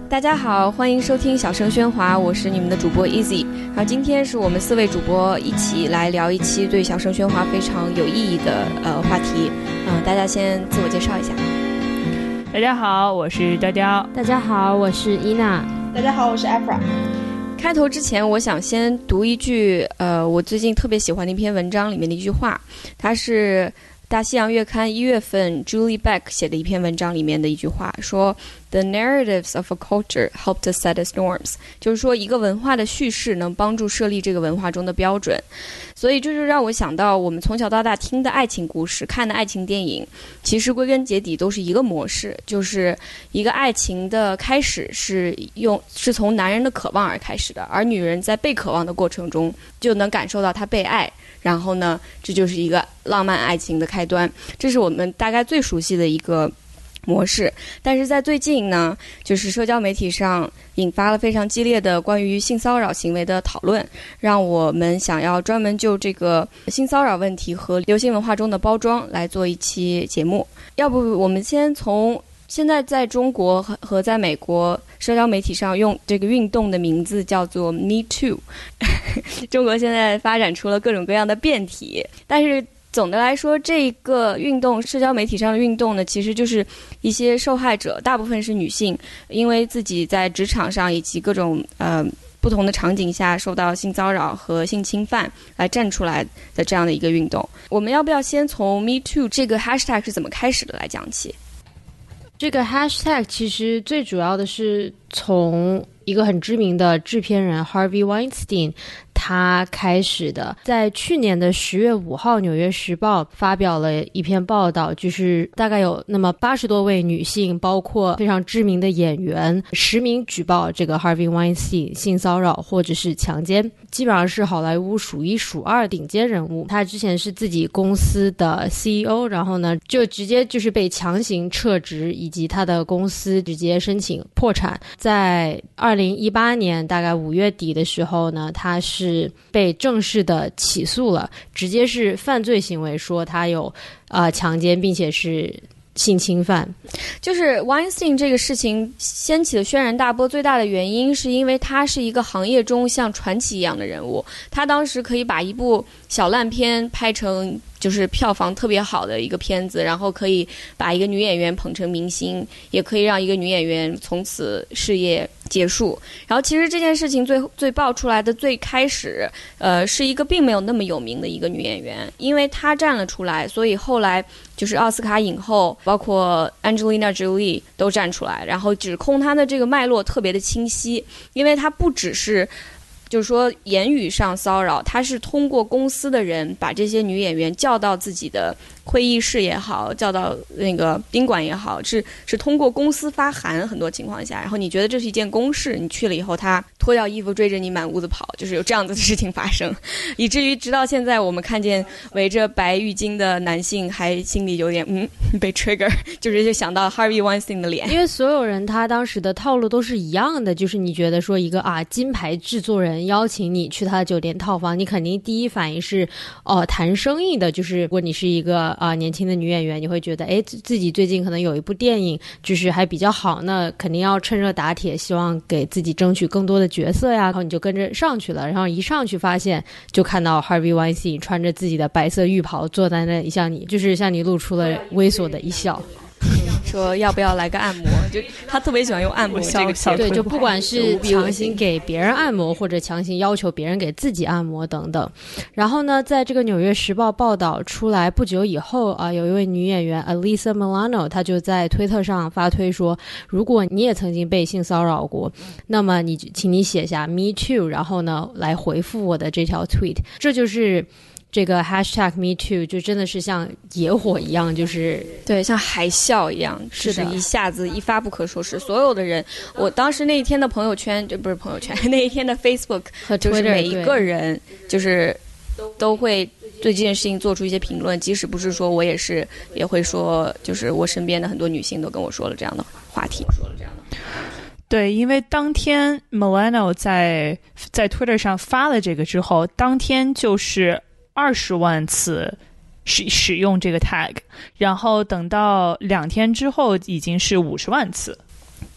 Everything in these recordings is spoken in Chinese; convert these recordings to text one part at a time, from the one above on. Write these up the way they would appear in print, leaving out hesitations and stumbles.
大家好，欢迎收听小声喧哗，我是你们的主播 Easy。然后今天是我们4位主播一起来聊一期对小声喧哗非常有意义的话题。大家先自我介绍一下。 大家好，我是雕雕。 大家好，我是伊娜。 大家好，我是 Afra。 开头之前，我想先读一句我最近特别喜欢的一篇文章里面的一句话，它是大西洋月刊1月份 Julie Beck 写的一篇文章里面的一句话，说 The narratives of a culture help to set its norms， 就是说一个文化的叙事能帮助设立这个文化中的标准。所以这就让我想到我们从小到大听的爱情故事，看的爱情电影，其实归根结底都是一个模式，就是一个爱情的开始是从男人的渴望而开始的，而女人在被渴望的过程中就能感受到她被爱，然后呢，这就是一个浪漫爱情的开端，这是我们大概最熟悉的一个模式。但是在最近呢，就是社交媒体上引发了非常激烈的关于性骚扰行为的讨论，让我们想要专门就这个性骚扰问题和流行文化中的包装来做一期节目。要不我们先从现在在中国和在美国社交媒体上用这个运动的名字叫做 Me Too 中国现在发展出了各种各样的变体，但是总的来说这个运动社交媒体上的运动呢，其实就是一些受害者大部分是女性，因为自己在职场上以及各种不同的场景下受到性骚扰和性侵犯来站出来的这样的一个运动。我们要不要先从 Me Too 这个 hashtag 是怎么开始的来讲起？ 这个 hashtag 其实最主要的是从一个很知名的制片人 Harvey Weinstein 他开始的。在去年的10月5号纽约时报发表了一篇报道，就是大概有那么80多位女性，包括非常知名的演员实名举报这个 Harvey Weinstein 性骚扰或者是强奸，基本上是好莱坞数一数二顶尖人物。他之前是自己公司的 CEO， 然后呢就直接就是被强行撤职，以及他的公司直接申请破产。在2018年大概5月底的时候呢，他是被正式的起诉了，直接是犯罪行为，说他有强奸并且是性侵犯。 就是 Weinstein 这个事情掀起的轩然大波，最大的原因是因为他是一个行业中像传奇一样的人物，他当时可以把一部小烂片拍成就是票房特别好的一个片子，然后可以把一个女演员捧成明星，也可以让一个女演员从此事业结束。然后其实这件事情最爆出来的最开始是一个并没有那么有名的一个女演员，因为她站了出来，所以后来就是奥斯卡影后包括 Angelina Jolie 都站出来，然后指控她的这个脉络特别的清晰，因为她不只是就是说言语上骚扰，他是通过公司的人把这些女演员叫到自己的会议室也好，叫到那个宾馆也好，是通过公司发函，很多情况下，然后你觉得这是一件公事，你去了以后他脱掉衣服追着你满屋子跑，就是有这样子的事情发生，以至于直到现在我们看见围着白浴巾的男性还心里有点被 trigger， 就想到 Harvey Weinstein 的脸。 因为所有人他当时的套路都是一样的，就是你觉得说一个金牌制作人邀请你去他的酒店套房，你肯定第一反应是谈生意的，就是如果你是一个年轻的女演员，你会觉得自己最近可能有一部电影就是还比较好，那肯定要趁热打铁，希望给自己争取更多的角色呀，然后你就跟着上去了，然后一上去发现就看到 Harvey Weinstein 穿着自己的白色浴袍坐在那里，向你露出了猥琐的一笑， 说要不要来个按摩，就他特别喜欢用按摩这个词。 对，就不管是强行给别人按摩或者强行要求别人给自己按摩等等。然后呢，在这个纽约时报报道出来不久以后有一位女演员 Alyssa Milano， 她就在推特上发推说，如果你也曾经被性骚扰过，那么请你写下 Me Too， 然后呢来回复我的这条 tweet。 这就是这个 hashtag Me Too， 就真的是像野火一样，就是对，像海啸一样，就是一下子一发不可收拾。所有的人，我当时那一天的朋友圈，就不是朋友圈，那一天的 Facebook 和 Twitter， 就是每一个人就是都会对这件事情做出一些评论，即使不是说我也会说，就是我身边的很多女性都跟我说了这样的话题。 对，因为当天 Milano 在 Twitter 上发了这个之后，当天就是20万次使用这个 tag， 然后等到2天之后已经是50万次。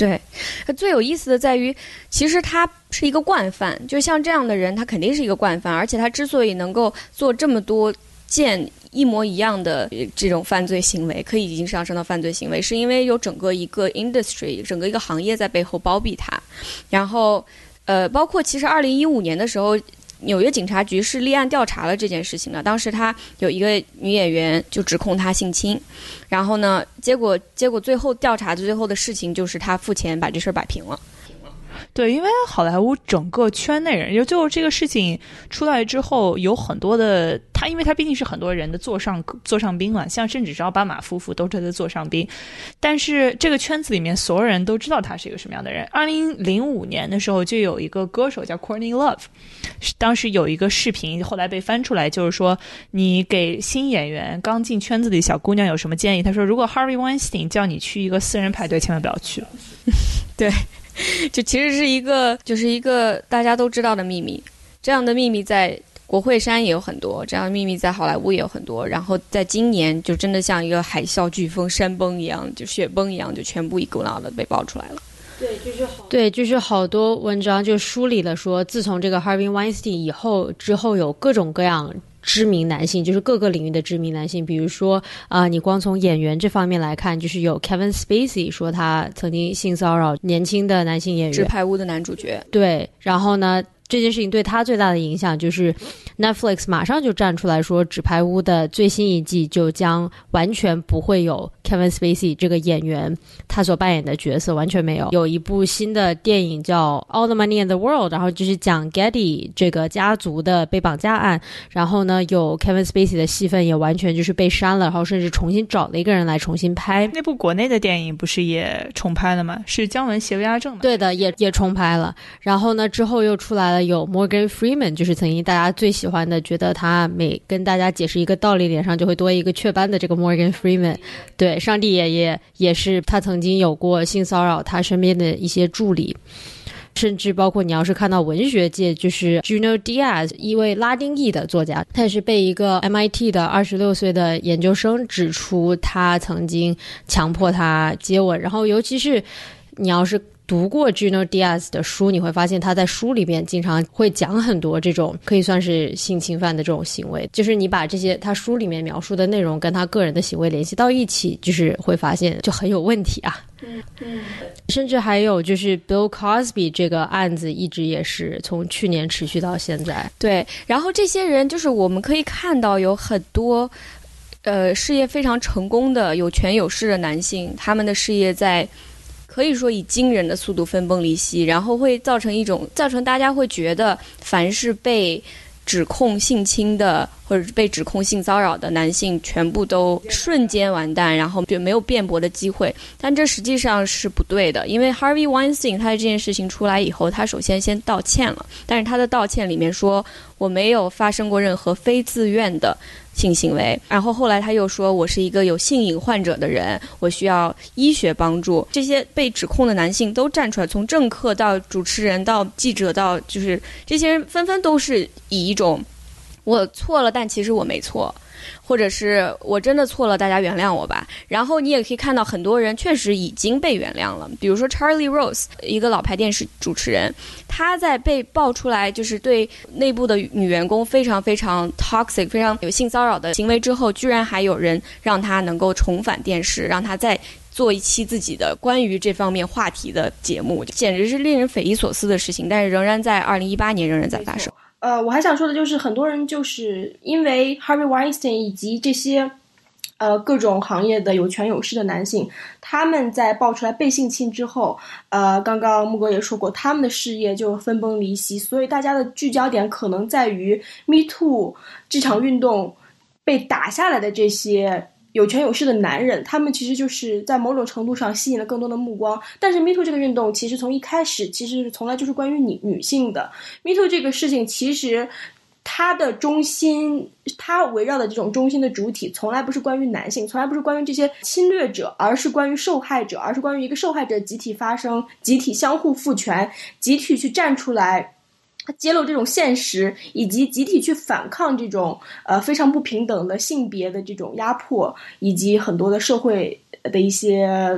对，最有意思的在于，其实他是一个惯犯，就像这样的人，他肯定是一个惯犯，而且他之所以能够做这么多件一模一样的这种犯罪行为，可以已经上升到犯罪行为，是因为有整个一个 industry， 整个一个行业在背后包庇他。然后包括其实2015年的时候，纽约警察局是立案调查了这件事情的。当时他有一个女演员就指控他性侵，然后呢，结果最后调查的最后的事情就是他付钱把这事儿摆平了。 对，因为好莱坞整个圈内人，就这个事情出来之后，有很多的他，因为他毕竟是很多人的座上宾嘛，像甚至是奥巴马夫妇都是他的座上宾，但是这个圈子里面所有人都知道他是一个什么样的人。2005年的时候，就有一个歌手叫 Courtney Love， 当时有一个视频后来被翻出来，就是说你给新演员刚进圈子里小姑娘有什么建议？他说，如果 Harvey Weinstein 叫你去一个私人派对，千万不要去。 对，就其实是一个大家都知道的秘密。这样的秘密在国会山也有很多，这样的秘密在好莱坞也有很多。然后在今年就真的像一个海啸飓风山崩一样，就雪崩一样，就全部一股脑的被爆出来了。 对，就是好多文章就梳理了说，自从这个 Harvey Weinstein 之后有各种各样知名男性，就是各个领域的知名男性，比如说你光从演员这方面来看，就是有 Kevin Spacey 说他曾经性骚扰年轻的男性演员， 纸牌屋的男主角。 对，然后呢，这件事情对他最大的影响就是 Netflix 马上就站出来说，纸牌屋的最新一季就将完全不会有 Kevin Spacey 这个演员他所扮演的角色，完全没有。有一部新的电影叫 All the Money in the World， 然后就是讲 Getty 这个家族的被绑架案，然后呢有 Kevin Spacey 的戏份也完全就是被删了，然后甚至重新找了一个人来重新拍。 那部国内的电影不是也重拍了吗？是姜文邪不压正吗？ 对的，也重拍了。然后呢之后又出来了有 Morgan Freeman， 就是曾经大家最喜欢的，觉得他每跟大家解释一个道理脸上就会多一个雀斑的这个 Morgan Freeman。 对，上帝也是他曾经有过性骚扰他身边的一些助理，甚至包括你要是看到文学界，就是 Junot Díaz 一位拉丁裔的作家，他也是被一个 MIT 的26岁的研究生指出他曾经强迫他接吻。然后尤其是你要是读过 Junot Díaz 的书，你会发现他在书里面经常会讲很多这种可以算是性侵犯的这种行为，就是你把这些他书里面描述的内容跟他个人的行为联系到一起，就是会发现就很有问题啊。甚至还有就是 Bill Cosby 这个案子一直也是从去年持续到现在。 对，然后这些人就是我们可以看到有很多事业非常成功的有权有势的男性，他们的事业在可以说以惊人的速度分崩离析，然后会造成大家会觉得凡是被指控性侵的或者是被指控性骚扰的男性全部都瞬间完蛋，然后就没有辩驳的机会。但这实际上是不对的，因为 Harvey Weinstein 他这件事情出来以后，他首先道歉了，但是他的道歉里面说我没有发生过任何非自愿的性行为，然后后来他又说我是一个有性瘾患者的人，我需要医学帮助。这些被指控的男性都站出来，从政客到主持人到记者到就是这些人纷纷都是以一种我错了但其实我没错，或者是我真的错了大家原谅我吧。然后你也可以看到很多人确实已经被原谅了，比如说 Charlie Rose 一个老牌电视主持人，他在被爆出来就是对内部的女员工非常非常 toxic 非常有性骚扰的行为之后，居然还有人让他能够重返电视，让他再做一期自己的关于这方面话题的节目，简直是令人匪夷所思的事情，但是仍然在2018年仍然在发生。 我还想说的就是很多人就是因为 Harvey Weinstein 以及这些各种行业的有权有势的男性，他们在爆出来被性侵之后，刚刚木哥也说过，他们的事业就分崩离析，所以大家的聚焦点可能在于 Me Too 这场运动被打下来的这些有权有势的男人，他们其实就是在某种程度上吸引了更多的目光。但是 Me Too 这个运动其实从一开始其实从来就是关于女性的。 Me Too 这个事情其实它的中心，它围绕的这种中心的主体从来不是关于男性，从来不是关于这些侵略者，而是关于受害者，而是关于一个受害者集体发声，集体相互赋权，集体去站出来揭露这种现实，以及集体去反抗这种非常不平等的性别的这种压迫，以及很多的社会的一些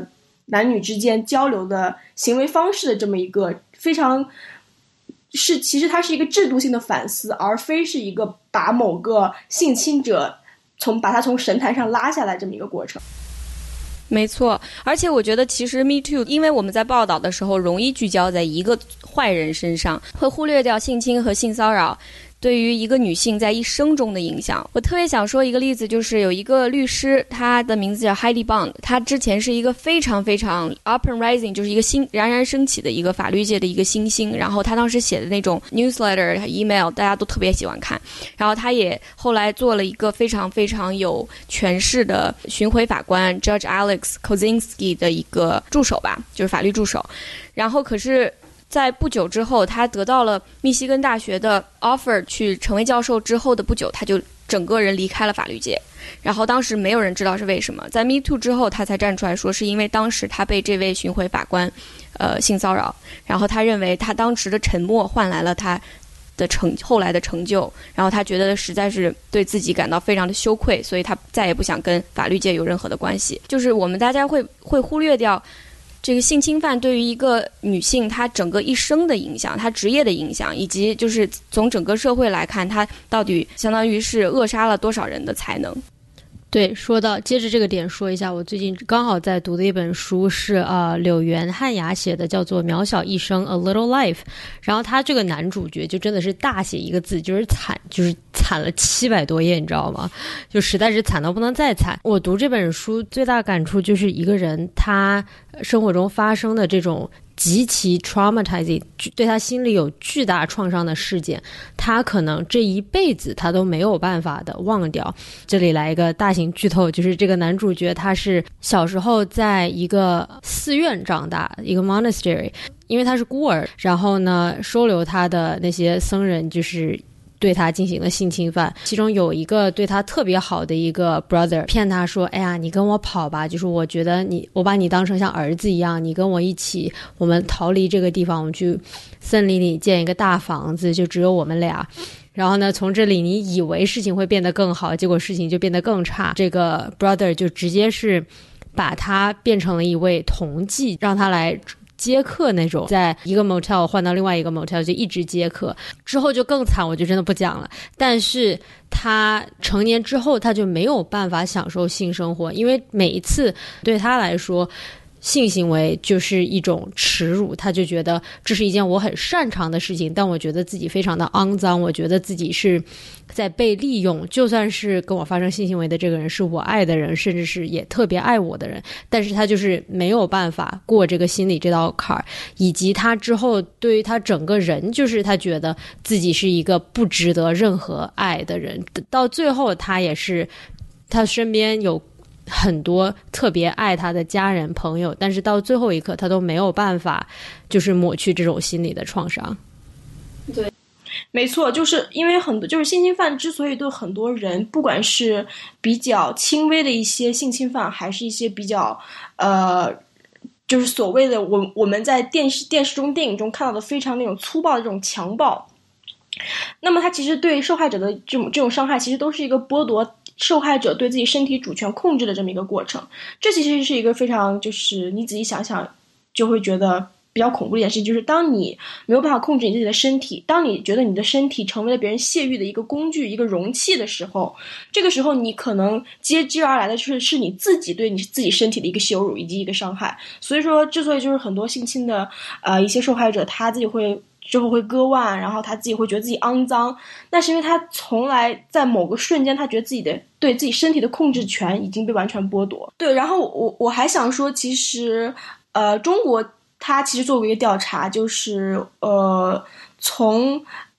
男女之间交流的行为方式的这么一个非常其实它是一个制度性的反思，而非是一个把某个性侵者把他从神坛上拉下来这么一个过程。 没错，而且我觉得其实 Me Too 因为我们在报道的时候容易聚焦在一个坏人身上，会忽略掉性侵和性骚扰对于一个女性在一生中的影响。我特别想说一个例子，就是有一个律师，他的名字叫 Heidi Bond， 他之前是一个非常非常 up and rising， 就是一个冉冉升起的一个法律界的一个新星，然后他当时写的那种 newsletter email 大家都特别喜欢看，然后他也后来做了一个非常非常有权势的巡回法官 Judge Alex Kozinski 的一个助手吧，就是法律助手。然后可是在不久之后，他得到了密西根大学的 offer 去成为教授之后的不久，他就整个人离开了法律界。然后当时没有人知道是为什么，在 Me Too 之后他才站出来说是因为当时他被这位巡回法官性骚扰，然后他认为他当时的沉默换来了他的后来的成就，然后他觉得实在是对自己感到非常的羞愧，所以他再也不想跟法律界有任何的关系。就是我们大家会忽略掉这个性侵犯对于一个女性她整个一生的影响，她职业的影响，以及就是从整个社会来看，她到底相当于是扼杀了多少人的才能。 对，说到接着这个点说一下，我最近刚好在读的一本书是柳原汉雅写的，叫做《渺小一生 A Little Life》，然后他这个男主角就真的是大写一个字，就是惨，就是惨了700多页，你知道吗？就实在是惨到不能再惨。我读这本书最大感触就是一个人他生活中发生的这种极其 traumatizing， 对他心里有巨大创伤的事件，他可能这一辈子他都没有办法的忘掉。这里来一个大型剧透，就是这个男主角他是小时候在一个寺院长大，一个 monastery， 因为他是孤儿，然后呢收留他的那些僧人就是对他进行了性侵犯，其中有一个对他特别好的一个 brother 骗他说，哎呀你跟我跑吧，就是我觉得我把你当成像儿子一样，你跟我一起，我们逃离这个地方，我们去森林里建一个大房子，就只有我们俩，然后呢从这里你以为事情会变得更好，结果事情就变得更差。这个 brother 就直接是把他变成了一位童妓，让他来接客那种，在一个 motel 换到另外一个 motel 就一直接客，之后就更惨，我就真的不讲了。但是他成年之后他就没有办法享受性生活，因为每一次对他来说性行为就是一种耻辱，他就觉得这是一件我很擅长的事情，但我觉得自己非常的肮脏，我觉得自己是在被利用，就算是跟我发生性行为的这个人是我爱的人，甚至是也特别爱我的人，但是他就是没有办法过这个心理这道坎儿，以及他之后对于他整个人就是他觉得自己是一个不值得任何爱的人，到最后他也是他身边有很多特别爱他的家人朋友，但是到最后一刻他都没有办法就是抹去这种心理的创伤。 对，没错，就是因为就是性侵犯之所以对很多人，不管是比较轻微的一些性侵犯，还是一些比较就是所谓的我们在电视中电影中看到的非常那种粗暴的这种强暴，那么它其实对受害者的这种伤害，其实都是一个剥夺受害者对自己身体主权控制的这么一个过程。这其实是一个非常就是你仔细想想就会觉得比较恐怖的一件事情，就是当你没有办法控制你自己的身体，当你觉得你的身体成为了别人泄欲的一个工具一个容器的时候，这个时候你可能接之而来的是你自己对你自己身体的一个羞辱以及一个伤害。所以说之所以就是很多性侵的一些受害者他自己会之后会割腕，然后他自己会觉得自己肮脏，那是因为他从来在某个瞬间他觉得自己的对自己身体的控制权已经被完全剥夺。对，然后我还想说其实中国它其实做过一个调查，就是从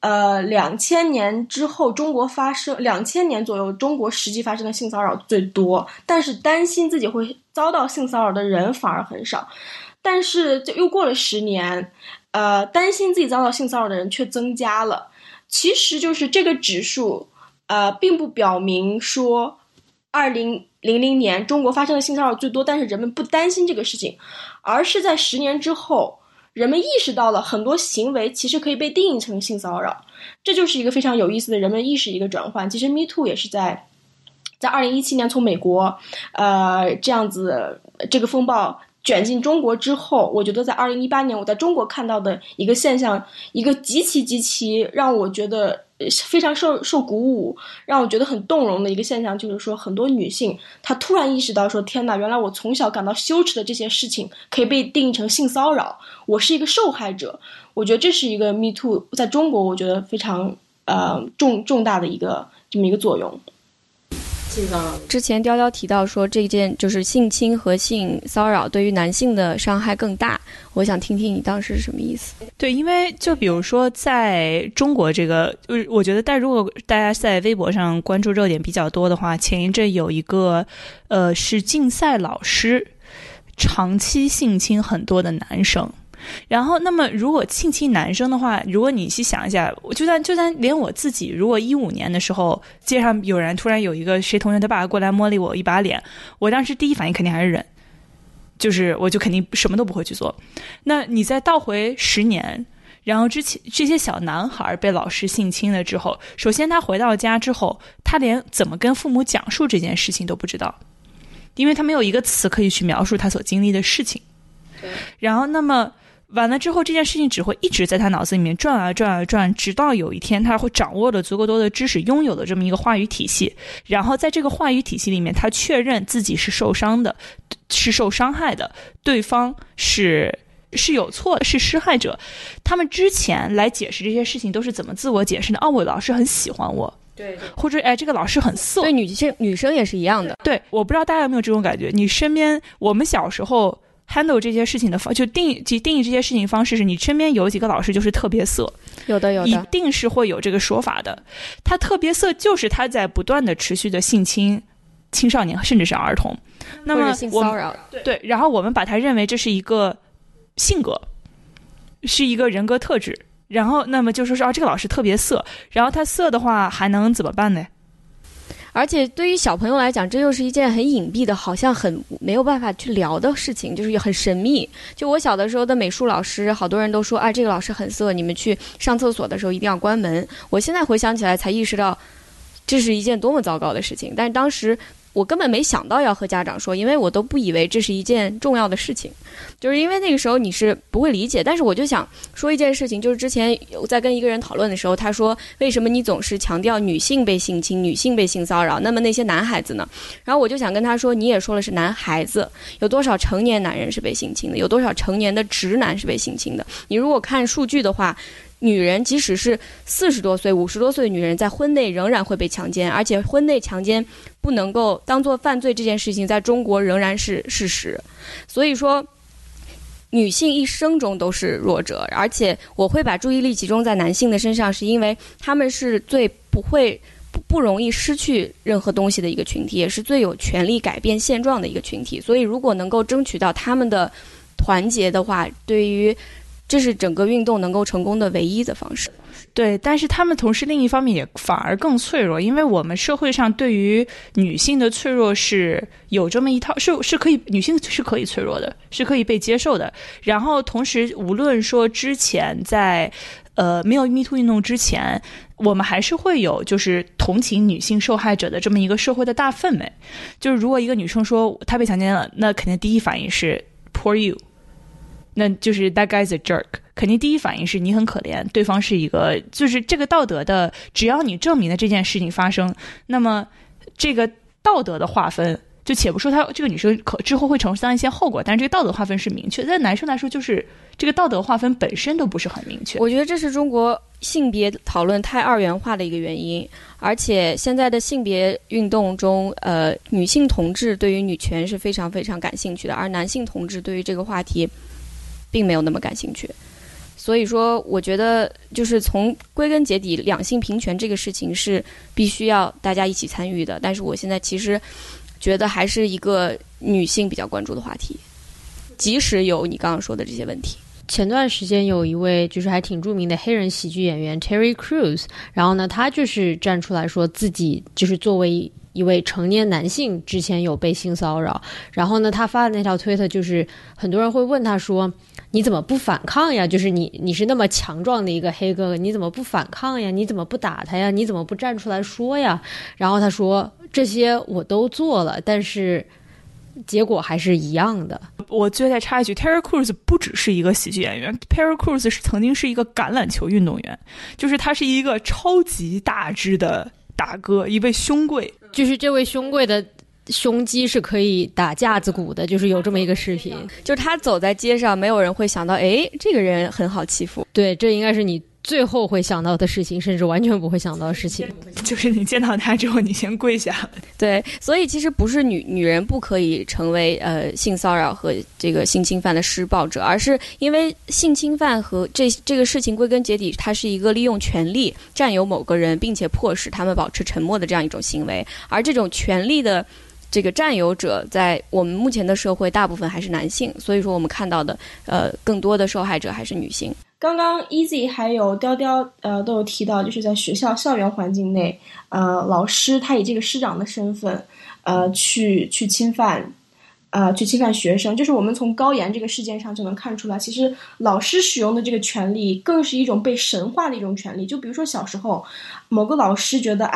2000年之后中国发生2000年左右中国实际发生的性骚扰最多，但是担心自己会遭到性骚扰的人反而很少。但是就又过了10年担心自己遭到性骚扰的人却增加了。其实就是这个指数并不表明说2000年中国发生的性骚扰最多，但是人们不担心这个事情，而是在10年之后人们意识到了很多行为其实可以被定义成性骚扰。这就是一个非常有意思的人们意识一个转换。其实 Me Too 也是在2017年从美国这样子这个风暴卷进中国之后，我觉得在2018年我在中国看到的一个现象，一个极其让我觉得非常受鼓舞，让我觉得很动容的一个现象，就是说很多女性她突然意识到说，天哪，原来我从小感到羞耻的这些事情可以被定义成性骚扰，我是一个受害者。我觉得这是一个 Me Too 在中国我觉得非常重大的一个这么一个作用。 之前雕雕提到说，这件就是性侵和性骚扰对于男性的伤害更大，我想听听你当时是什么意思。 对，因为就比如说在中国这个，我觉得如果大家在微博上关注热点比较多的话，前一阵有一个是竞赛老师长期性侵很多的男生。然后那么如果性侵男生的话，如果你去想一下，就算连我自己，如果15年的时候街上有人突然有一个谁同学他爸爸过来摸了我一把脸，我当时第一反应肯定还是忍，就是我就肯定什么都不会去做。那你再倒回10年，然后之前这些小男孩被老师性侵了之后，首先他回到家之后，他连怎么跟父母讲述这件事情都不知道，因为他没有一个词可以去描述他所经历的事情。然后那么完了之后，这件事情只会一直在他脑子里面转啊转啊转，直到有一天他会掌握了足够多的知识，拥有了这么一个话语体系，然后在这个话语体系里面，他确认自己是受伤的，是受伤害的，对方是有错的，是施害者。他们之前来解释这些事情都是怎么自我解释的？哦，我老师很喜欢我， 对， 或者这个老师很色。 对，女生也是一样的。 对，我不知道大家有没有这种感觉，你身边我们小时候handle 这些事情的就定义这些事情方式是，你身边有几个老师就是特别色， 有的一定是会有这个说法的。他特别色就是他在不断的持续的性侵青少年甚至是儿童，那么性骚扰， 对，然后我们把它认为这是一个性格，是一个人格特质，然后那么就说是这个老师特别色，然后他色的话还能怎么办呢？ 而且对于小朋友来讲，这又是一件很隐蔽的，好像很没有办法去聊的事情，就是很神秘。就我小的时候的美术老师，好多人都说这个老师很色，你们去上厕所的时候一定要关门。我现在回想起来才意识到，这是一件多么糟糕的事情。但是当时我根本没想到要和家长说，因为我都不以为这是一件重要的事情，就是因为那个时候你是不会理解。但是我就想说一件事情，就是之前我在跟一个人讨论的时候，他说为什么你总是强调女性被性侵、女性被性骚扰，那么那些男孩子呢？然后我就想跟他说，你也说了是男孩子，有多少成年男人是被性侵的，有多少成年的直男是被性侵的？你如果看数据的话，女人即使是40多岁、50多岁的女人，在婚内仍然会被强奸，而且婚内强奸不能够当作犯罪，这件事情在中国仍然是事实。所以说女性一生中都是弱者，而且我会把注意力集中在男性的身上，是因为他们是最不容易失去任何东西的一个群体，也是最有权利改变现状的一个群体。所以如果能够争取到他们的团结的话，这是整个运动能够成功的唯一的方式。 对，但是他们同时另一方面也反而更脆弱，因为我们社会上对于女性的脆弱是有这么一套，是可以，女性是可以脆弱的，是可以被接受的。然后同时无论说之前在没有 MeToo 运动之前，我们还是会有就是同情女性受害者的这么一个社会的大氛围。就是如果一个女生说她被强奸了，那肯定第一反应是 poor you，那就是 that guy's a jerk， 肯定第一反应是你很可怜，对方是一个，就是这个道德的，只要你证明了这件事情发生，那么这个道德的划分，就且不说他这个女生之后会承担一些后果，但是这个道德划分是明确的。在男生来说，就是这个道德划分本身都不是很明确。 我觉得这是中国性别讨论太二元化的一个原因，而且现在的性别运动中，女性同志对于女权是非常非常感兴趣的，而男性同志对于这个话题并没有那么感兴趣。所以说我觉得就是从归根结底，两性平权这个事情是必须要大家一起参与的，但是我现在其实觉得还是一个女性比较关注的话题，即使有你刚刚说的这些问题。 前段时间有一位就是还挺著名的黑人喜剧演员 Terry Crews， 然后呢他就是站出来说自己就是作为一位成年男性之前有被性骚扰，然后呢他发的那条推特就是很多人会问他说你怎么不反抗呀，就是你是那么强壮的一个黑哥哥，你怎么不反抗呀，你怎么不打他呀，你怎么不站出来说呀。然后他说这些我都做了，但是结果还是一样的。 我最再插一句 Terry Crews 不只是一个喜剧演员， Terry Crews 曾经是一个橄榄球运动员，就是他是一个超级大只的大哥，一位胸贵， 就是这位胸贵的胸肌是可以打架子鼓的，就是有这么一个视频， 就是他走在街上没有人会想到诶这个人很好欺负。 对，这应该是你最后会想到的事情，甚至完全不会想到的事情， 就是你见到他之后你先跪下。 对，所以其实不是女人不可以成为性骚扰和这个性侵犯的施暴者，而是因为性侵犯和这个事情归根结底它是一个利用权力占有某个人并且迫使他们保持沉默的这样一种行为，而这种权力的这个占有者在我们目前的社会大部分还是男性，所以说我们看到的更多的受害者还是女性。 刚刚 Easy 还有雕雕都有提到，就是在学校校园环境内，老师他以这个师长的身份去侵犯学生，就是我们从高言这个事件上就能看出来，其实老师使用的这个权利更是一种被神化的一种权利。就比如说小时候某个老师觉得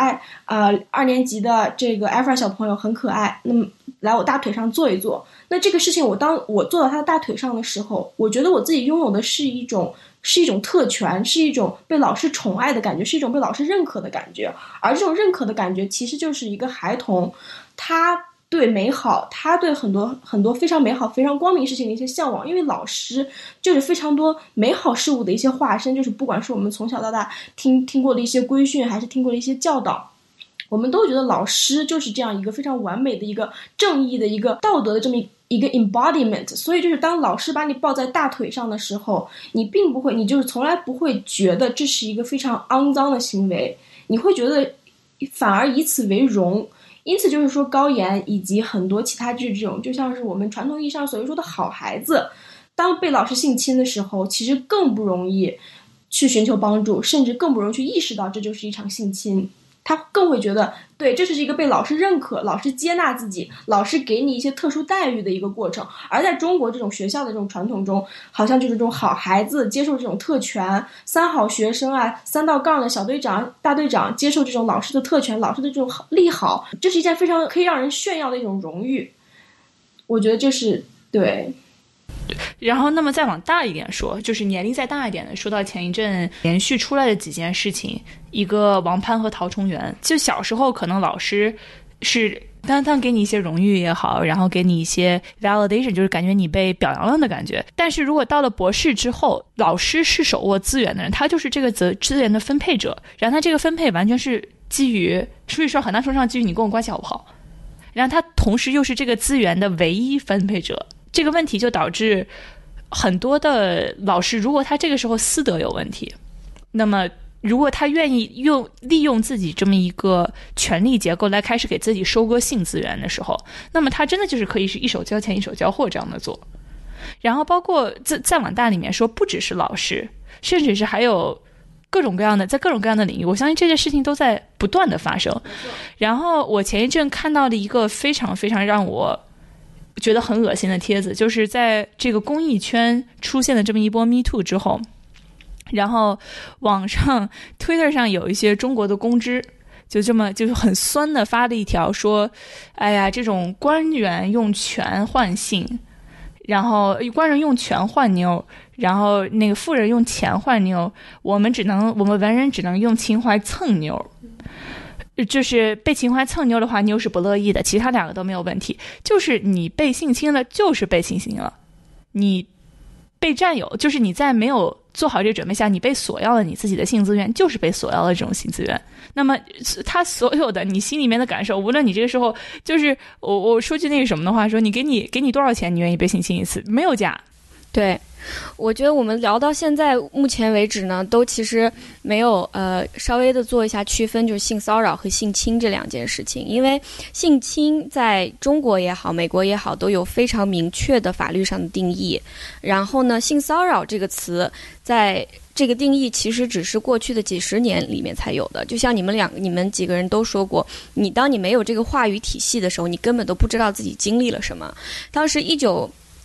2年级的这个 Efra 小朋友很可爱，那么来我大腿上坐一坐，那这个事情当我坐到他的大腿上的时候，我觉得我自己拥有的是一种特权，是一种被老师宠爱的感觉，是一种被老师认可的感觉。而这种认可的感觉其实就是一个孩童他对美好，他对很多很多非常美好非常光明事情的一些向往，因为老师就是非常多美好事物的一些化身，就是不管是我们从小到大听过的一些规训，还是听过的一些教导，我们都觉得老师就是这样一个非常完美的一个正义的一个道德的这么一个 embodiment。 所以就是当老师把你抱在大腿上的时候，你就是从来不会觉得这是一个非常肮脏的行为，你会觉得反而以此为荣。因此就是说高言以及很多其他这种就像是我们传统意义上所谓说的好孩子，当被老师性侵的时候，其实更不容易去寻求帮助，甚至更不容易去意识到这就是一场性侵。他更会觉得对，这是一个被老师认可，老师接纳自己，老师给你一些特殊待遇的一个过程。而在中国这种学校的这种传统中，好像就是这种好孩子接受这种特权，三好学生3道杠的小队长大队长接受这种老师的特权，老师的这种利好，这是一件非常可以让人炫耀的一种荣誉。我觉得这是对。 然后那么再往大一点说，就是年龄再大一点的，说到前一阵连续出来的几件事情，一个王潘和陶崇元，就小时候可能老师是单单给你一些荣誉也好，然后给你一些 validation， 就是感觉你被表扬了的感觉。但是如果到了博士之后，老师是手握资源的人，他就是这个资源的分配者，然后他这个分配完全是基于，所以说很大程度上基于你跟我关系好不好，然后他同时又是这个资源的唯一分配者。这个问题就导致很多的老师，如果他这个时候私德有问题，那么如果他愿意利用自己这么一个权力结构来开始给自己收割性资源的时候，那么他真的就是可以是一手交钱一手交货这样的做。然后包括再往大里面说，不只是老师，甚至是还有各种各样的，在各种各样的领域，我相信这些事情都在不断的发生。然后我前一阵看到的一个非常非常让我觉得很恶心的帖子，就是在这个公益圈出现了这么一波 Me Too 之后，然后网上 Twitter 上有一些中国的公知就是很酸的发了一条说，哎呀，这种官员用权换性，然后官人用权换妞，然后那个富人用钱换妞，我们文人只能用情怀蹭妞。就是被情怀蹭妞的话，妞是不乐意的，其他两个都没有问题。就是你被性侵了，就是被性侵了，你被占有，就是你在没有做好这个准备下，你被索要了你自己的性资源，就是被索要了这种性资源。那么他所有的你心里面的感受，无论你这个时候就是我说句那个什么的话，说你给你多少钱，你愿意被性侵一次？没有价。 对，我觉得我们聊到现在目前为止呢，都其实没有稍微的做一下区分，就是性骚扰和性侵这两件事情。因为性侵在中国也好，美国也好，都有非常明确的法律上的定义。然后呢，性骚扰这个词在这个定义其实只是过去的几十年里面才有的。就像你们几个人都说过，当你没有这个话语体系的时候，你根本都不知道自己经历了什么。当时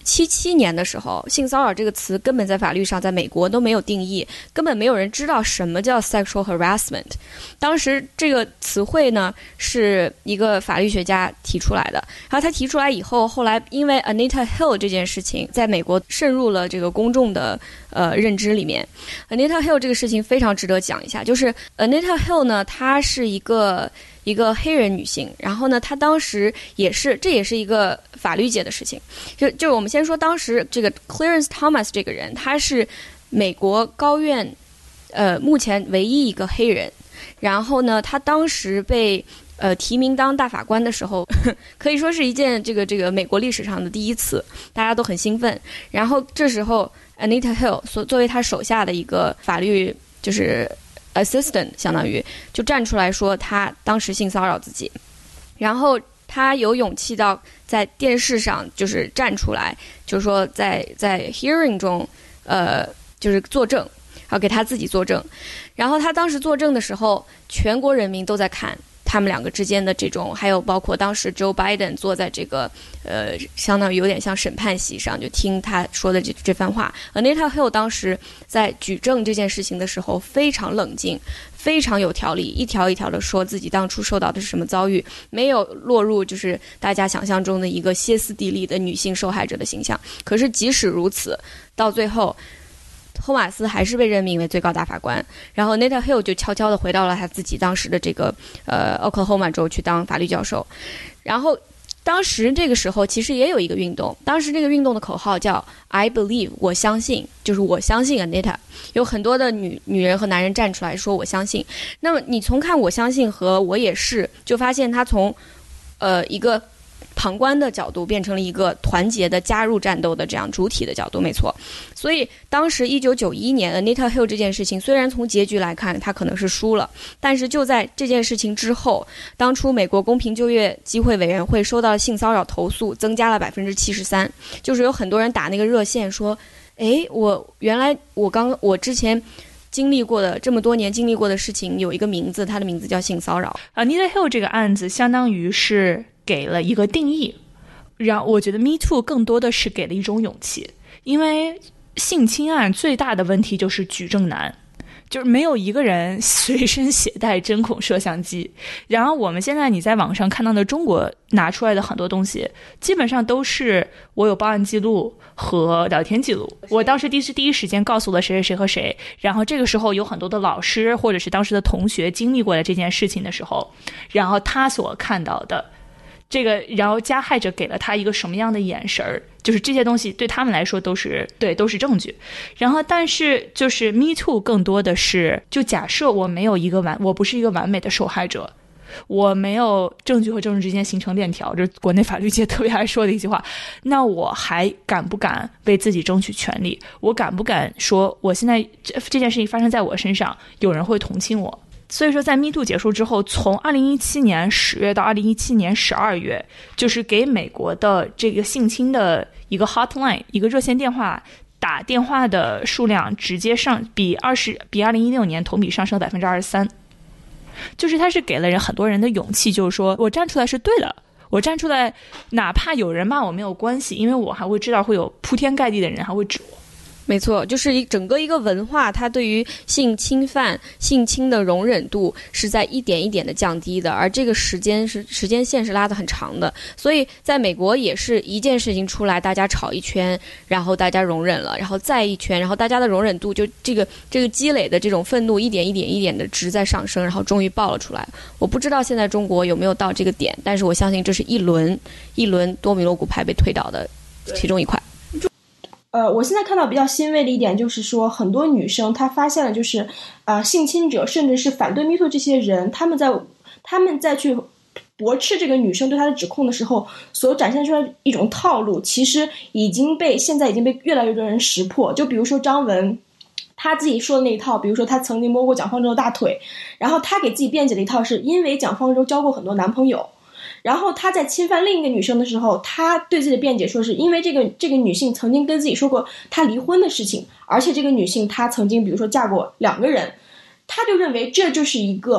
1977年的时候，性骚扰这个词根本在法律上在美国都没有定义，根本没有人知道什么叫 sexual harassment。当时这个词汇呢是一个法律学家提出来的，然后他提出来以后，后来因为 Anita Hill 这件事情在美国渗入了这个公众的认知里面。Anita Hill 这个事情非常值得讲一下，就是 Anita Hill 呢，她是一个黑人女性，然后呢，她当时这也是一个法律界的事情，就是我们先说当时这个 Clarence Thomas 这个人，他是美国高院目前唯一一个黑人，然后呢，他当时被提名当大法官的时候，可以说是一件这个美国历史上的第一次，大家都很兴奋。然后这时候 Anita Hill 作为他手下的一个法律就是 assistant， 相当于就站出来说他当时性骚扰自己，然后他有勇气到在电视上就是站出来，就是说在 hearing 中就是作证，然后给他自己作证。然后他当时作证的时候，全国人民都在看他们两个之间的这种，还有包括当时 Joe Biden 坐在这个相当于有点像审判席上，就听他说的这番话。Anita Hill 当时在举证这件事情的时候非常冷静，非常有条理，一条一条的说自己当初受到的是什么遭遇，没有落入就是大家想象中的一个歇斯底里的女性受害者的形象。可是即使如此，到最后托马斯还是被任命为最高大法官，然后 Anita Hill 就悄悄地回到了他自己当时的这个Oklahoma 州去当法律教授。然后当时这个时候其实也有一个运动，当时这个运动的口号叫 I believe， 我相信，就是我相信 Anita。 有很多的女人和男人站出来说我相信。那么你从看我相信和我也是，就发现他从一个旁观的角度变成了一个团结的加入战斗的这样主体的角度，没错。所以当时1991年 Anita Hill 这件事情，虽然从结局来看他可能是输了，但是就在这件事情之后，当初美国公平就业机会委员会收到性骚扰投诉增加了 73%， 就是有很多人打那个热线说，诶，原来我之前经历过的这么多年经历过的事情有一个名字，它的名字叫性骚扰。 Anita Hill 这个案子相当于是给了一个定义，然后我觉得 Me Too 更多的是给了一种勇气，因为性侵案最大的问题就是举证难，就是没有一个人随身携带针孔摄像机。然后我们现在你在网上看到的中国拿出来的很多东西，基本上都是我有报案记录和聊天记录，我当时第一时间告诉了谁谁谁和谁，然后这个时候有很多的老师或者是当时的同学经历过了这件事情的时候，然后他所看到的这个，然后加害者给了他一个什么样的眼神儿，就是这些东西对他们来说都是证据。然后但是就是 Me Too 更多的是，就假设我不是一个完美的受害者，我没有证据和证据之间形成链条，这是国内法律界特别爱说的一句话，那我还敢不敢为自己争取权利？我敢不敢说我现在这件事情发生在我身上，有人会同情我？所以说在 Me Too 结束之后，从2017年10月到2017年12月，就是给美国的这个性侵的一个 hotline， 一个热线电话，打电话的数量直接比2016年同比上升了 23%。 就是他是给了很多人的勇气，就是说我站出来是对的，我站出来哪怕有人骂我没有关系，因为我还会知道会有铺天盖地的人还会指我。 没错，就是整个一个文化，它对于性侵犯、性侵的容忍度是在一点一点的降低的，而这个时间线是拉得很长的。所以在美国也是一件事情出来，大家吵一圈，然后大家容忍了，然后再一圈，然后大家的容忍度就这个积累的这种愤怒一点一点的值在上升，然后终于爆了出来。我不知道现在中国有没有到这个点，但是我相信这是一轮多米诺骨牌被推倒的其中一块。 我现在看到比较欣慰的一点就是说，很多女生她发现了，就是性侵者甚至是反对 Me Too 这些人，他们在去驳斥这个女生对她的指控的时候，所展现出来一种套路，其实现在已经被越来越多人识破。就比如说张文，他自己说的那一套，比如说他曾经摸过蒋方舟的大腿，然后他给自己辩解的一套是因为蒋方舟交过很多男朋友。然后他在侵犯另一个女生的时候，他对自己的辩解说是因为这个女性曾经跟自己说过她离婚的事情，而且这个女性她曾经比如说嫁过2个人，他就认为这就是一个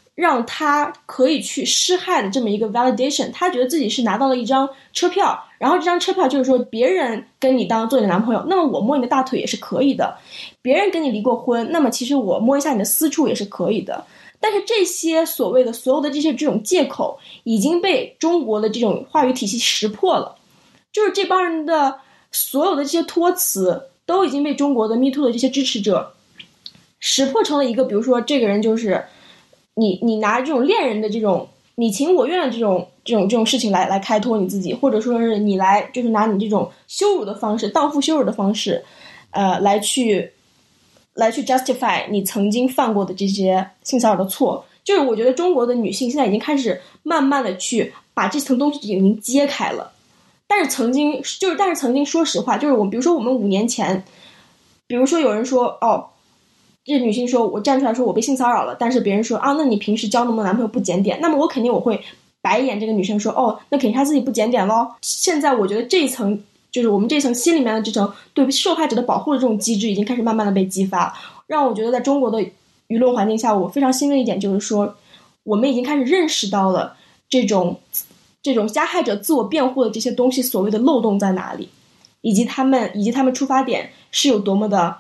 让他可以去施害的这么一个 validation， 他觉得自己是拿到了一张车票，然后这张车票就是说别人跟你做你的男朋友，那么我摸你的大腿也是可以的，别人跟你离过婚，那么其实我摸一下你的私处也是可以的。但是这些所谓的所有的这种借口已经被中国的这种话语体系识破了，就是这帮人的所有的这些托词都已经被中国的 MeToo 的这些支持者识破成了一个，比如说这个人就是你拿这种恋人的这种你情我愿的这种事情来开脱你自己，或者说是你来就是拿你这种羞辱的方式，荡妇羞辱的方式来去 justify 你曾经犯过的这些性骚扰的错。就是我觉得中国的女性现在已经开始慢慢的去把这层东西已经揭开了，但是曾经说实话，就是比如说我们5年前，比如说有人说这女性说我站出来说我被性骚扰了，但是别人说那你平时交那么多男朋友不检点，那么我会白眼这个女生说那肯定她自己不检点咯。现在我觉得这一层就是我们这层心里面的这层对受害者的保护的这种机制已经开始慢慢的被激发，让我觉得在中国的舆论环境下，我非常欣慰的一点就是说，我们已经开始认识到了这种加害者自我辩护的这些东西所谓的漏洞在哪里，以及他们出发点是有多么的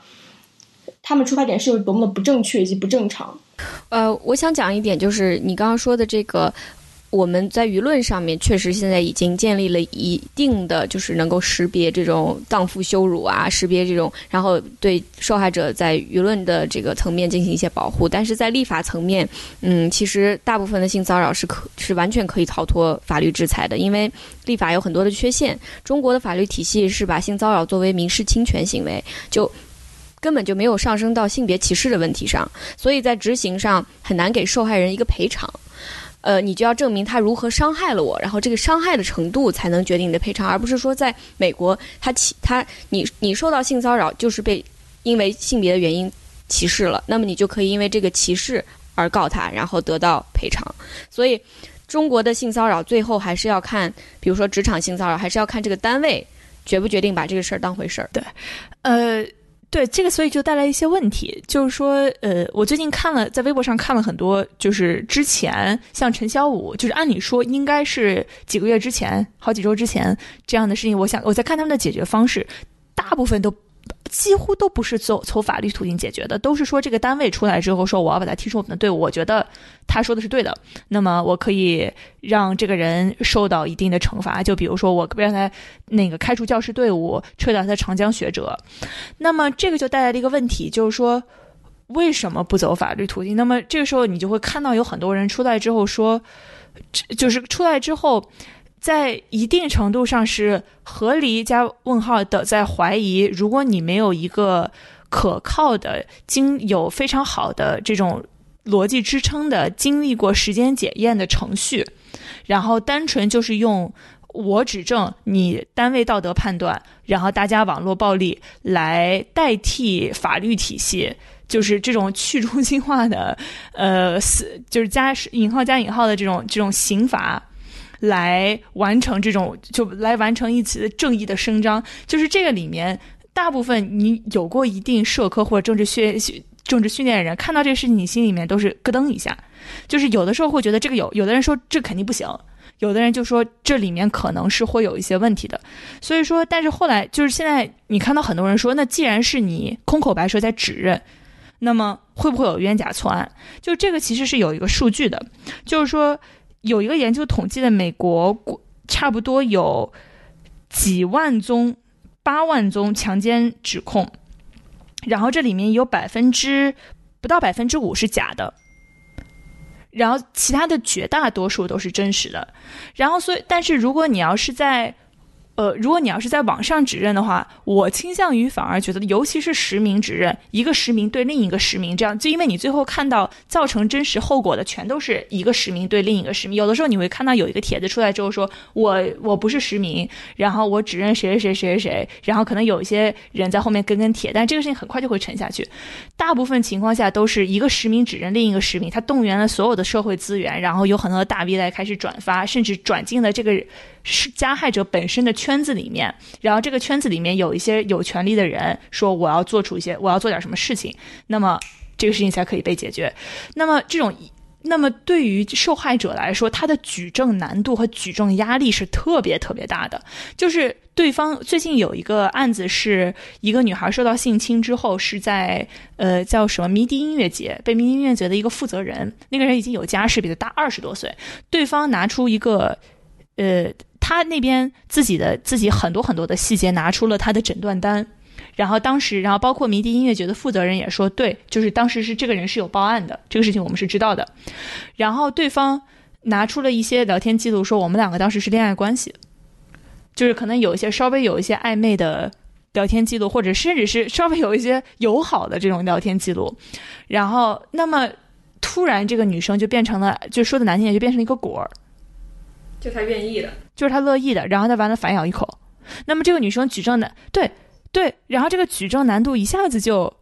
不正确以及不正常。 我想讲一点，就是你刚刚说的这个，我们在舆论上面确实现在已经建立了一定的就是能够识别这种荡妇羞辱啊，识别这种，然后对受害者在舆论的这个层面进行一些保护。但是在立法层面，其实大部分的性骚扰是完全可以逃脱法律制裁的，因为立法有很多的缺陷。中国的法律体系是把性骚扰作为民事侵权行为，就根本就没有上升到性别歧视的问题上，所以在执行上很难给受害人一个赔偿。你就要证明他如何伤害了我，然后这个伤害的程度才能决定你的赔偿，而不是说在美国你受到性骚扰就是因为性别的原因歧视了，那么你就可以因为这个歧视而告他，然后得到赔偿。所以中国的性骚扰最后还是要看，比如说职场性骚扰，还是要看这个单位决不决定把这个事儿当回事儿。 对这个，所以就带来一些问题，就是说，我最近在微博上看了很多，就是之前像陈小武，就是按理说应该是几个月之前、好几周之前这样的事情，我在看他们的解决方式，大部分几乎都不是走法律途径解决的，都是说这个单位出来之后说我要把他踢出我们的队伍，我觉得他说的是对的，那么我可以让这个人受到一定的惩罚，就比如说我让他开除教师队伍，撤掉他的长江学者。那么这个就带来了一个问题，就是说为什么不走法律途径？那么这个时候你就会看到有很多人出来之后说，就是出来之后在一定程度上是合理加问号的在怀疑，如果你没有一个可靠的有非常好的这种逻辑支撑的经历过时间检验的程序，然后单纯就是用我指证你单位道德判断，然后大家网络暴力来代替法律体系，就是这种去中心化的就是加引号的这种刑罚来完成一次正义的伸张。就是这个里面大部分你有过一定社科或者政治训练的人看到这个事情，你心里面都是咯噔一下，就是有的时候会觉得这个有的人说这肯定不行，有的人就说这里面可能是会有一些问题的。所以说但是后来就是现在你看到很多人说，那既然是你空口白舌在指认，那么会不会有冤假错案？就这个其实是有一个数据的，就是说有一个研究统计的美国差不多有8万宗强奸指控，然后这里面有不到5%是假的，然后其他的绝大多数都是真实的。然后但是如果你要是在网上指认的话，我倾向于反而觉得，尤其是实名指认，一个实名对另一个实名，这样就因为你最后看到造成真实后果的全都是一个实名对另一个实名。有的时候你会看到有一个帖子出来之后说我不是实名，然后我指认谁，然后可能有一些人在后面跟帖，但这个事情很快就会沉下去。大部分情况下都是一个实名指认另一个实名，他动员了所有的社会资源，然后有很多的大 V 来开始转发，甚至转进了这个是加害者本身的圈子里面，然后这个圈子里面有一些有权利的人说我要做点什么事情，那么这个事情才可以被解决。那么这种那么对于受害者来说，他的举证难度和举证压力是特别特别大的。就是对方最近有一个案子，是一个女孩受到性侵之后，是在叫什么迷笛音乐节，被迷笛音乐节的一个负责人，那个人已经有家室，比他大20多岁，对方拿出一个他那边自己很多很多的细节，拿出了他的诊断单。然后包括迷笛音乐节的负责人也说，对，就是当时是这个人是有报案的，这个事情我们是知道的。然后对方拿出了一些聊天记录，说我们两个当时是恋爱关系，就是可能稍微有一些暧昧的聊天记录，或者甚至是稍微有一些友好的这种聊天记录。然后那么突然这个女生就变成了，就说的难听点，就变成了一个果儿， 就她愿意的， 就是她乐意的，然后她完了反咬一口。那么这个女生举证的对，然后这个举证难度一下子就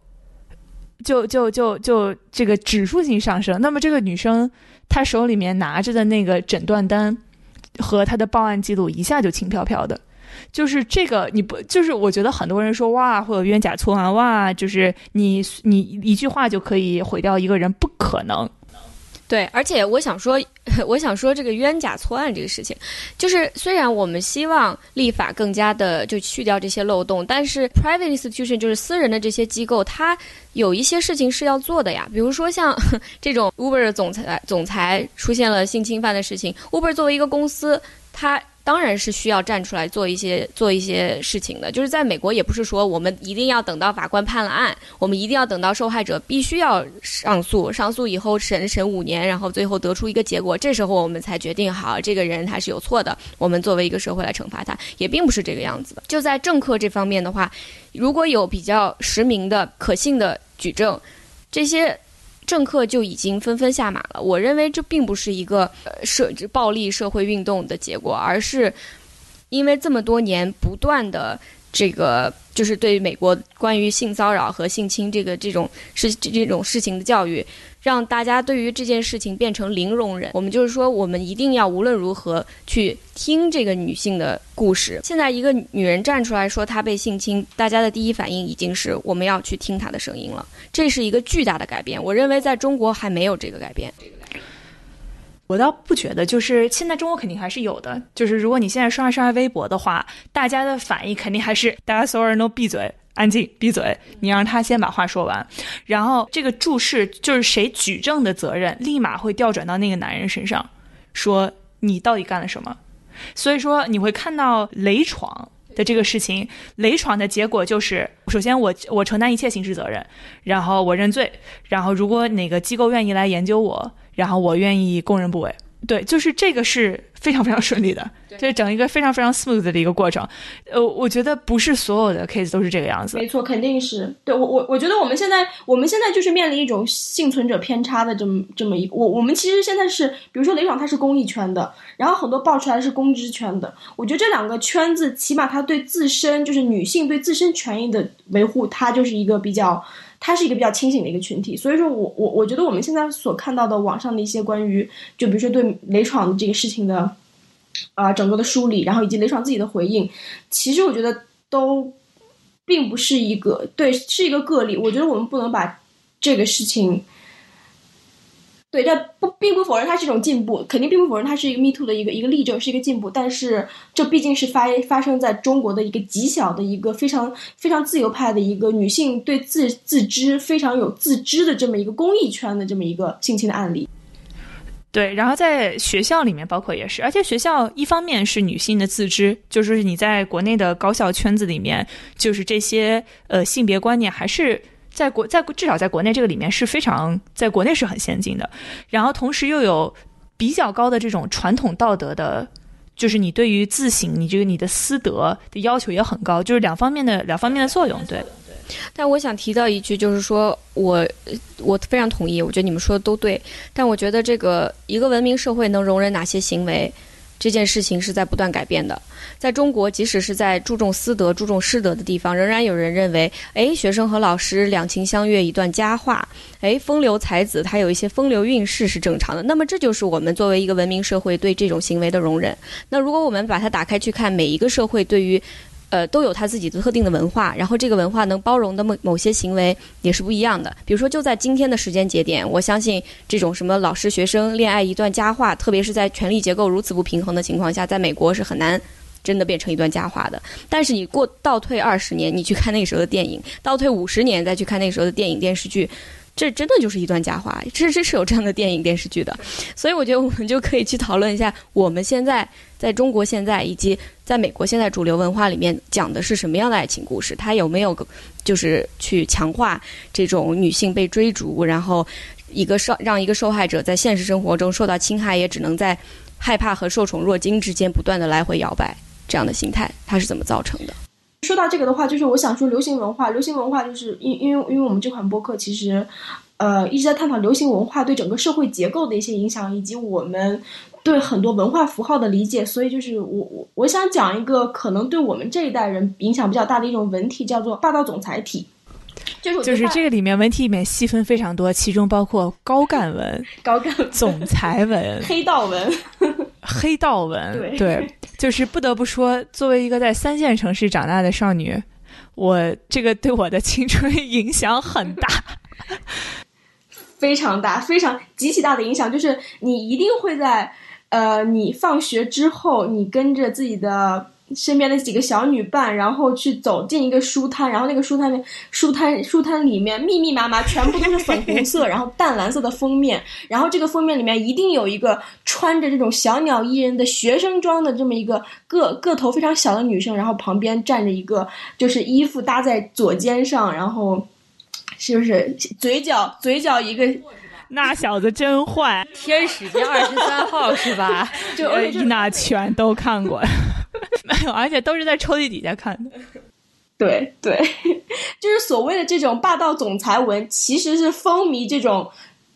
这个指数性上升。那么这个女生她手里面拿着的那个诊断单和她的报案记录一下就轻飘飘的。就是这个就是我觉得很多人说哇会有冤假错案，哇就是你一句话就可以毁掉一个人，不可能。 对，而且我想说这个冤假错案这个事情，就是虽然我们希望立法更加的就去掉这些漏洞，但是 private institution 就是私人的这些机构，它有一些事情是要做的呀。比如说像这种 Uber 的总裁出现了性侵犯的事情， Uber 作为一个公司，它当然是需要站出来做一些事情的。就是在美国也不是说我们一定要等到法官判了案，我们一定要等到受害者必须要上诉以后审5年，然后最后得出一个结果，这时候我们才决定好这个人他是有错的，我们作为一个社会来惩罚他，也并不是这个样子的。就在政客这方面的话，如果有比较实名的可信的举证，这些政客就已经纷纷下马了。我认为这并不是一个暴力社会运动的结果，而是因为这么多年不断的这个就是对美国关于性骚扰和性侵这种事情的教育，让大家对于这件事情变成零容忍。我们就是说我们一定要无论如何去听这个女性的故事。现在一个女人站出来说她被性侵，大家的第一反应已经是我们要去听她的声音了，这是一个巨大的改变。我认为在中国还没有这个改变。 我倒不觉得，就是现在中国肯定还是有的，就是如果你现在刷微博的话，大家的反应肯定还是大家所有人都闭嘴，安静，闭嘴，你让他先把话说完。然后这个注释就是谁举证的责任立马会调转到那个男人身上，说你到底干了什么。所以说你会看到雷闯的这个事情，雷闯的结果就是首先我承担一切刑事责任，然后我认罪，然后如果哪个机构愿意来研究我，然后我愿意供认不讳。对，就是这个是非常非常顺利的，这整一个非常非常 smooth 的一个过程。我觉得不是所有的 case 都是这个样子。 没错，肯定是。对，我觉得我们现在就是面临一种幸存者偏差的这么一个。我们其实现在是，比如说雷爽他是公益圈的，然后很多爆出来是公知圈的。我觉得这两个圈子，起码他对自身就是女性对自身权益的维护，它是一个比较清醒的一个群体。所以说我觉得我们现在所看到的网上的一些关于就比如说对雷闯的这个事情的整个的梳理，然后以及雷闯自己的回应，其实我觉得都并不是一个是一个个例。我觉得我们不能把这个事情对，这并不否认它是一种进步，肯定并不否认它是一个 Me Too 的一个例证，是一个进步。但是这毕竟是发生在中国的一个极小的一个非常非常自由派的一个女性对自知非常有自知的这么一个公益圈的这么一个性侵的案例。 对，然后在学校里面包括也是，而且学校一方面是女性的自知，就是你在国内的高校圈子里面，就是这些性别观念还是至少在国内这个里面是非常，在国内是很先进的。然后同时又有比较高的这种传统道德的，就是你对于自省，你的私德的要求也很高，就是两方面的作用。对。 但我想提到一句，就是说我非常同意，我觉得你们说的都对，但我觉得这个一个文明社会能容忍哪些行为，这件事情是在不断改变的。在中国，即使是在注重私德、注重师德的地方，仍然有人认为，学生和老师两情相悦一段佳话，风流才子他有一些风流韵事是正常的。那么这就是我们作为一个文明社会对这种行为的容忍。那如果我们把它打开去看，每一个社会对于都有他自己的特定的文化，然后这个文化能包容的某些行为也是不一样的。比如说就在今天的时间节点，我相信这种什么老师学生恋爱一段佳话，特别是在权力结构如此不平衡的情况下，在美国是很难真的变成一段佳话的。但是你倒退20年，你去看那个时候的电影，倒退50年再去看那个时候的电影电视剧，这真的就是一段佳话，这是有这样的电影电视剧的。所以我觉得我们就可以去讨论一下，我们现在在中国现在以及在美国现在主流文化里面讲的是什么样的爱情故事，它有没有就是去强化这种女性被追逐，然后让一个受害者在现实生活中受到侵害，也只能在害怕和受宠若惊之间不断的来回摇摆，这样的心态它是怎么造成的？ 说到这个的话，就是我想说流行文化就是因为我们这款播客其实一直在探讨流行文化对整个社会结构的一些影响，以及我们对很多文化符号的理解。所以就是我想讲一个可能对我们这一代人影响比较大的一种文体，叫做霸道总裁体。 就是这个里面文体里面细分非常多，其中包括高干文、总裁文、 黑道文。 对，就是不得不说，作为一个在3线城市长大的少女，我这个对我的青春影响很大， 非常大，非常极其大的影响。就是你一定会在你放学之后，你跟着自己的身边的几个小女伴，然后去走进一个书摊，然后那个书摊里面密密麻麻全部都是粉红色然后淡蓝色的封面，然后这个封面里面一定有一个穿着这种小鸟依人的学生装的这么一个个头非常小的女生，然后旁边站着一个就是衣服搭在左肩上，然后就是嘴角一个。 那小子真坏， 天使街23号是吧？ 就那全都看过，没有，而且都是在抽屉底下看的。 对，就是所谓的这种霸道总裁文，其实是风靡这种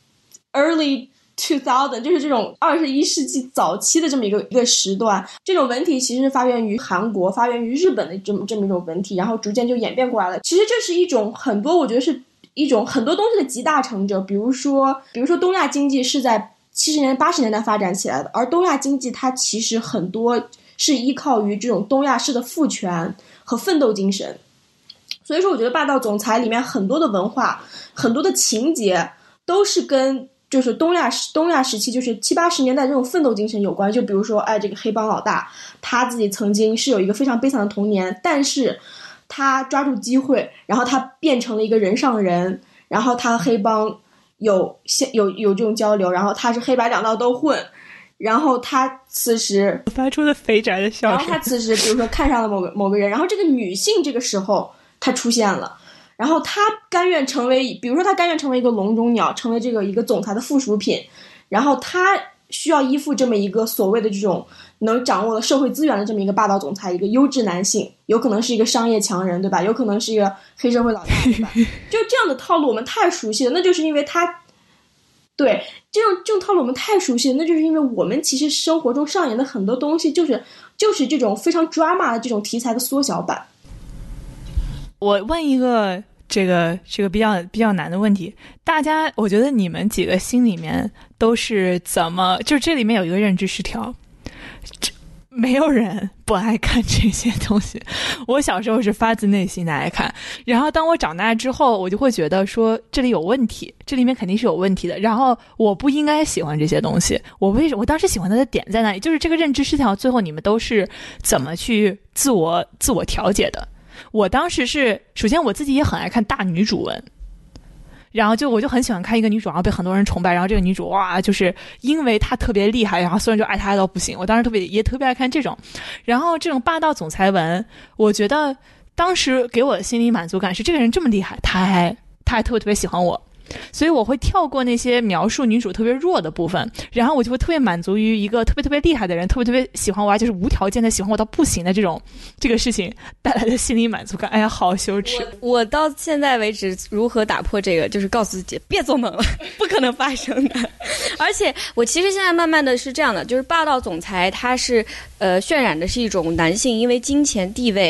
early 2000，就是这种21世纪早期的这么一个时段。这种文体其实发源于韩国，发源于日本的这么一种文体，然后逐渐就演变过来了。其实这是一种我觉得是一种很多东西的集大成者。比如说东亚经济是在70年代80年代发展起来的，而东亚经济它其实很多是依靠于这种东亚式的父权和奋斗精神。所以说我觉得霸道总裁里面很多的文化，很多的情节都是跟就是东亚时期就是70、80年代这种奋斗精神有关。就比如说这个黑帮老大，他自己曾经是有一个非常悲惨的童年，但是他抓住机会，然后他变成了一个人上人，然后他和黑帮有这种交流，然后他是黑白两道都混，然后他此时发出了肥宅的笑声， 然后他此时比如说看上了某个人，然后这个女性这个时候她出现了，然后他甘愿成为一个笼中鸟，成为这个一个总裁的附属品，然后他需要依附这么一个所谓的这种能掌握了社会资源的这么一个霸道总裁，一个优质男性，有可能是一个商业强人，对吧？有可能是一个黑社会老大，对吧？就这样的套路我们太熟悉了，那就是因为他对这种套路我们太熟悉了，那就是因为我们其实生活中上演的很多东西就是这种非常 drama 的这种题材的缩小版。 我问一个这个比较难的问题，大家我觉得你们几个心里面都是怎么，就这里面有一个认知失调，没有人不爱看这些东西。我小时候是发自内心的爱看，然后当我长大之后，我就会觉得说这里有问题，这里面肯定是有问题的，然后我不应该喜欢这些东西。我当时喜欢它的点在哪里？就是这个认知失调，最后你们都是怎么去自我调节的？我当时是首先我自己也很爱看大女主文，然后我就很喜欢看一个女主，然后被很多人崇拜，然后这个女主哇，就是因为她特别厉害，然后所有人就爱她爱到不行。我当时也特别爱看这种，然后这种霸道总裁文，我觉得当时给我的心理满足感是这个人这么厉害，他还特别喜欢我。所以我会跳过那些描述女主特别弱的部分，然后我就会特别满足于一个特别厉害的人特别喜欢我，就是无条件的喜欢我到不行的这个事情带来的心理满足感。哎呀，好羞耻！ 我到现在为止如何打破这个，就是告诉自己别做梦了，不可能发生的。而且我其实现在慢慢的是这样的，就是霸道总裁他是渲染的是一种男性因为金钱地位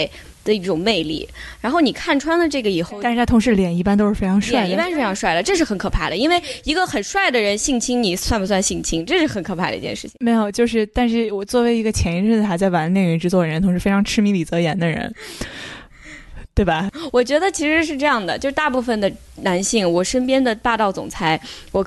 的一种魅力。然后你看穿了这个以后， 但是他同时脸一般都是非常帅的， 脸一般是非常帅的，这是很可怕的。因为一个很帅的人性侵你，算不算性侵？这是很可怕的一件事情。 没有，就是但是我作为一个前一阵子还在玩内娱制作人，同时非常痴迷李泽言的人，对吧？ 我觉得其实是这样的，就是大部分的男性，我身边的霸道总裁，我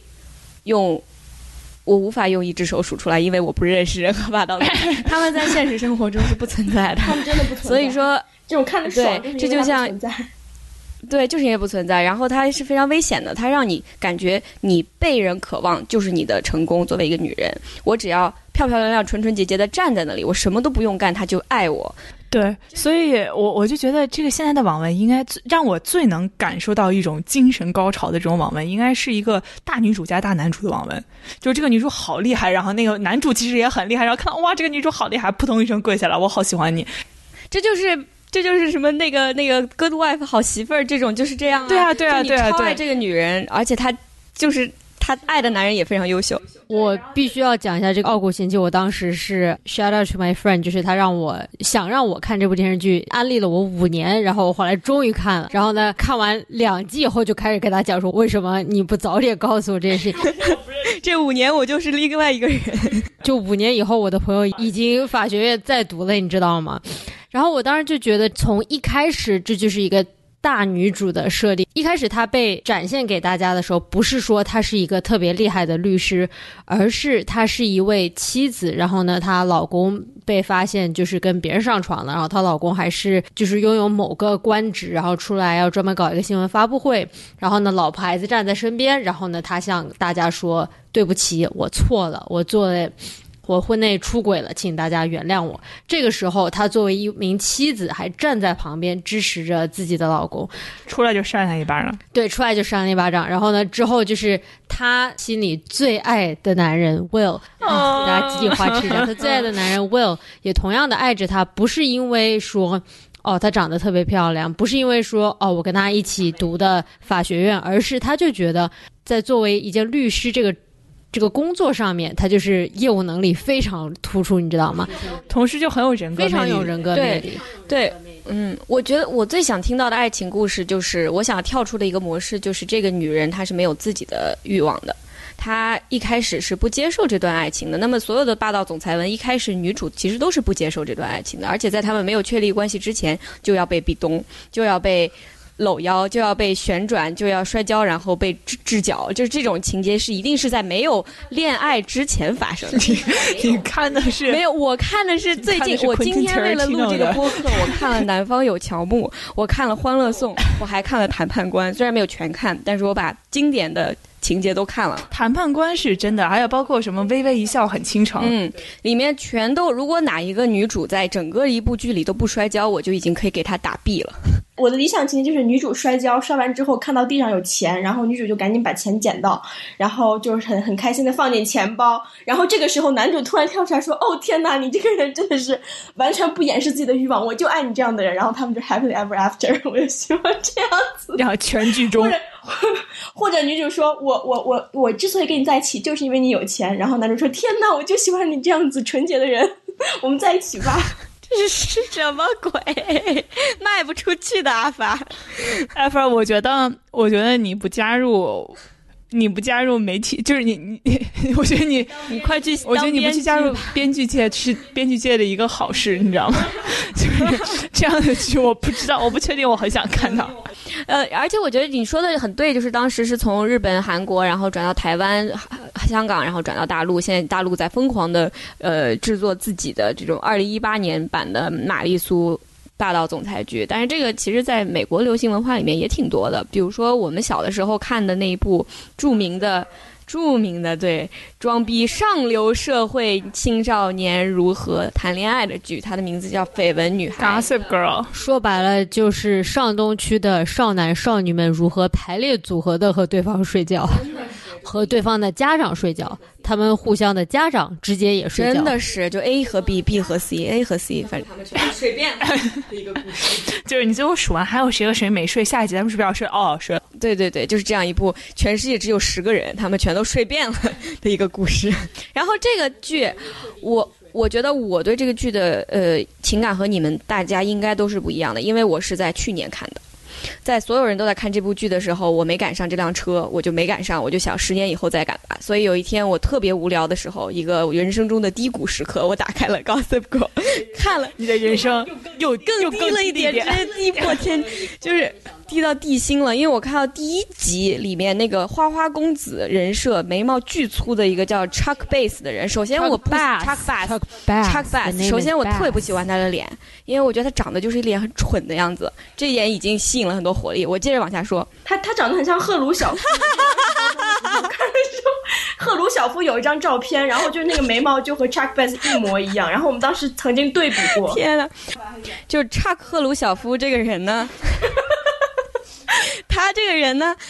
无法用一只手数出来，因为我不认识任何霸道总裁，他们在现实生活中是不存在的， 他们真的不存在。 所以说， 这种看得爽， 对，这就像对，就是因为不存在，然后它是非常危险的，它让你感觉你被人渴望就是你的成功。作为一个女人，我只要漂漂亮亮、纯纯洁洁的站在那里，我什么都不用干，他就爱我。 对，所以我就觉得这个现在的网文应该让我最能感受到一种精神高潮的这种网文，应该是一个大女主加大男主的网文。就是这个女主好厉害，然后那个男主其实也很厉害，然后看到哇，这个女主好厉害，扑通一声跪下来，我好喜欢你。这就是什么那个 good wife 好媳妇儿这种就是这样啊。 对啊对啊对啊， 你超爱这个女人，而且她就是他爱的男人也非常优秀。 我必须要讲一下这个《傲骨贤妻》，我当时是 shout out to my friend， 就是他想让我看这部电视剧，安利了我5年，然后我后来终于看了。然后呢，看完2季以后就开始跟他讲说，为什么你不早点告诉我这件事情？ 这5年我就是另外一个人。 就5年以后，我的朋友已经法学院在读了，你知道吗？然后我当时就觉得，从一开始这就是一个大女主的设定。一开始她被展现给大家的时候，不是说她是一个特别厉害的律师，而是她是一位妻子。然后呢，她老公被发现就是跟别人上床了，然后她老公还是就是拥有某个官职，然后出来要专门搞一个新闻发布会。然后呢，老婆孩子站在身边，然后呢，她向大家说对不起，我错了，我婚内出轨了，请大家原谅我。这个时候，她作为一名妻子，还站在旁边支持着自己的老公。 出来就扇他一巴掌。 对，出来就扇他一巴掌。然后呢，之后就是她心里最爱的男人 Will，给大家几句话吃一下。她最爱的男人 Will 也同样的爱着她，不是因为说她长得特别漂亮，不是因为说我跟她一起读的法学院，而是她就觉得在作为一件律师这个工作上面，他就是业务能力非常突出，你知道吗？ 同时就很有人格魅力， 非常有人格魅力。 对，我觉得我最想听到的爱情故事，就是我想跳出的一个模式，就是这个女人她是没有自己的欲望的，她一开始是不接受这段爱情的。那么所有的霸道总裁文一开始女主其实都是不接受这段爱情的，而且在他们没有确立关系之前就要被壁咚，就要被搂腰，就要被旋转，就要摔跤，然后被制脚，就是这种情节是一定是在没有恋爱之前发生的。 你看的是没有？我看的是最近，我今天为了录这个播客，我看了《南方有乔木》，我看了《欢乐颂》，我还看了《谈判官》，虽然没有全看，但是我把经典的情节都看了。 谈判官是真的，还有包括什么微微一笑很倾城， 里面全都，如果哪一个女主在整个一部剧里都不摔跤，我就已经可以给她打 B 了。 我的理想情节就是女主摔跤，摔完之后看到地上有钱，然后女主就赶紧把钱捡到，然后就是很开心的放进钱包，然后这个时候男主突然跳出来说，哦天哪，你这个人真的是完全不掩饰自己的欲望，我就爱你这样的人，然后他们就 happily ever after。 我就希望这样子， 然后全剧终。 或者女主说，我之所以跟你在一起就是因为你有钱，然后男主说，天哪，我就喜欢你这样子纯洁的人，我们在一起吧。 这是什么鬼？卖不出去的阿发。 阿发，我觉得你不加入媒体，就是你，我觉得你快去， 我觉得你不去加入编剧界是编剧界的一个好事，你知道吗？就是这样的剧，我不知道，我不确定，我很想看到。 而且我觉得你说的很对，就是当时是从日本、韩国，然后转到台湾、香港，然后转到大陆，现在大陆在疯狂的制作自己的这种2018年版的玛丽苏霸道总裁剧，但是这个其实在美国流行文化里面也挺多的，比如说我们小的时候看的那一部著名的对装逼上流社会青少年如何谈恋爱的剧，它的名字叫《绯闻女孩》 Gossip Girl， 说白了就是上东区的少男少女们如何排列组合的和对方睡觉，和对方的家长睡觉，他们互相的家长之间也睡觉， 真的是就 A 和 B，B 和 C，A 和 C， 反正他们全部睡遍了的一个故事。 就是你最后数完还有谁和谁没睡，下一集他们是不是要睡？睡了。 对对对，就是这样一部全世界只有10个人，他们全都睡遍了的一个故事。然后这个剧， 我觉得我对这个剧的情感和你们大家应该都是不一样的，因为我是在去年看的。在所有人都在看这部剧的时候，我没赶上这辆车，我就没赶上，我就想10年以后再赶吧。所以有一天我特别无聊的时候，一个人生中的低谷时刻，我打开了 Gossip Girl， 看了。 你的人生又更低了一点，直接低破天，就是低到地心了。因为我看到第1集里面那个花花公子人设，眉毛巨粗的一个叫 Chuck Bass 的人，首先我不 Chuck Bass， 首先我特别不喜欢他的脸，因为我觉得他长得就是一脸很蠢的样子，这一点已经吸引了很多火力。我接着往下说， 他长得很像赫鲁晓夫。我看的时候，赫鲁晓夫有一张照片，然后就是那个眉毛就和 Chuck Bass 一模一样，然后我们当时曾经对比过。 天哪，就是 Chuck 赫鲁晓夫这个人呢，他这个人呢，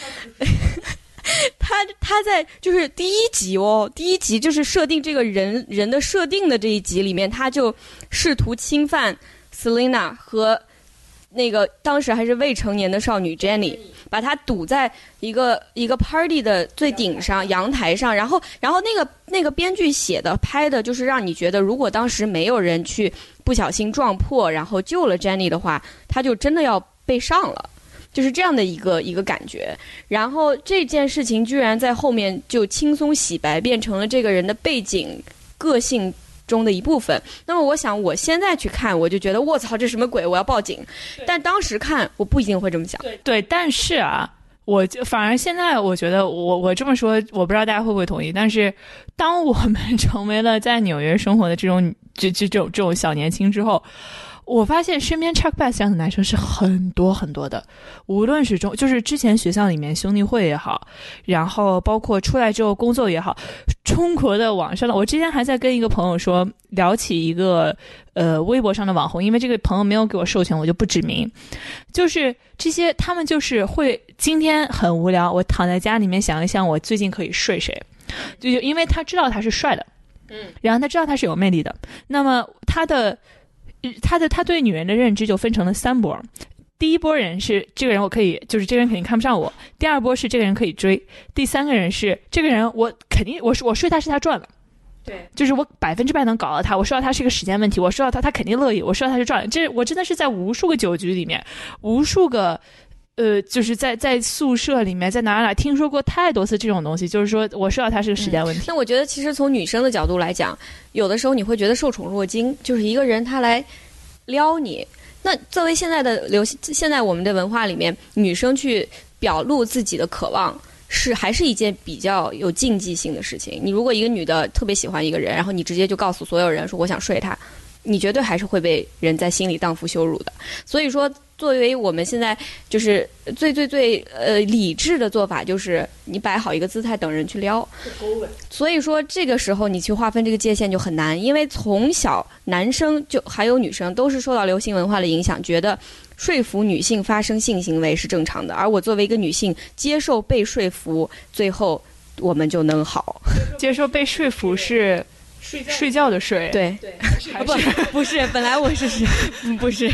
他在就是第一集就是设定这个人的设定的这一集里面，他就试图侵犯 Selena 和那个当时还是未成年的少女 Jenny， 把她堵在一个 party 的最顶上阳台上，然后那个编剧写的拍的就是让你觉得，如果当时没有人去不小心撞破，然后救了 Jenny 的话，他就真的要被上了。就是这样的一个感觉，然后这件事情居然在后面就轻松洗白，变成了这个人的背景个性中的一部分。那么我想我现在去看，我就觉得我操，这什么鬼，我要报警。但当时看我不一定会这么想。 对，但是啊，我反而现在我觉得我这么说，我不知道大家会不会同意，但是当我们成为了在纽约生活的这种小年轻之后，我发现身边 Chuck Bass 这样的男生是很多很多的，无论是就是之前学校里面兄弟会也好，然后包括出来之后工作也好，中国的网上的，我之前还在跟一个朋友说聊起一个微博上的网红，因为这个朋友没有给我授权，我就不指名，就是这些他们就是会今天很无聊，我躺在家里面想一想我最近可以睡谁，就因为他知道他是帅的，然后他知道他是有魅力的，那么他对女人的认知就分成了3波。第一波人是这个人我可以，就是这个人肯定看不上我；第二波是这个人可以追；第3个人是这个人我肯定我睡他是他赚了， 对， 就是我100%能搞到他，我睡到他是个时间问题，我睡到他肯定乐意，我睡到他是赚了。这我真的是在无数个酒局里面，无数个就是在宿舍里面，在哪听说过太多次这种东西，就是说我睡到他是个时间问题。 那我觉得其实从女生的角度来讲，有的时候你会觉得受宠若惊，就是一个人他来撩你。那作为现在我们的文化里面，女生去表露自己的渴望还是一件比较有禁忌性的事情。你如果一个女的特别喜欢一个人，然后你直接就告诉所有人说我想睡他，你绝对还是会被人在心里荡妇羞辱的。所以说作为我们现在就是最理智的做法，就是你摆好一个姿态等人去撩。所以说这个时候你去划分这个界限就很难，因为从小男生就还有女生都是受到流行文化的影响，觉得说服女性发生性行为是正常的，而我作为一个女性接受被说服，最后我们就能好。 接受被说服是睡觉的睡， 对，不是，本来我是不是，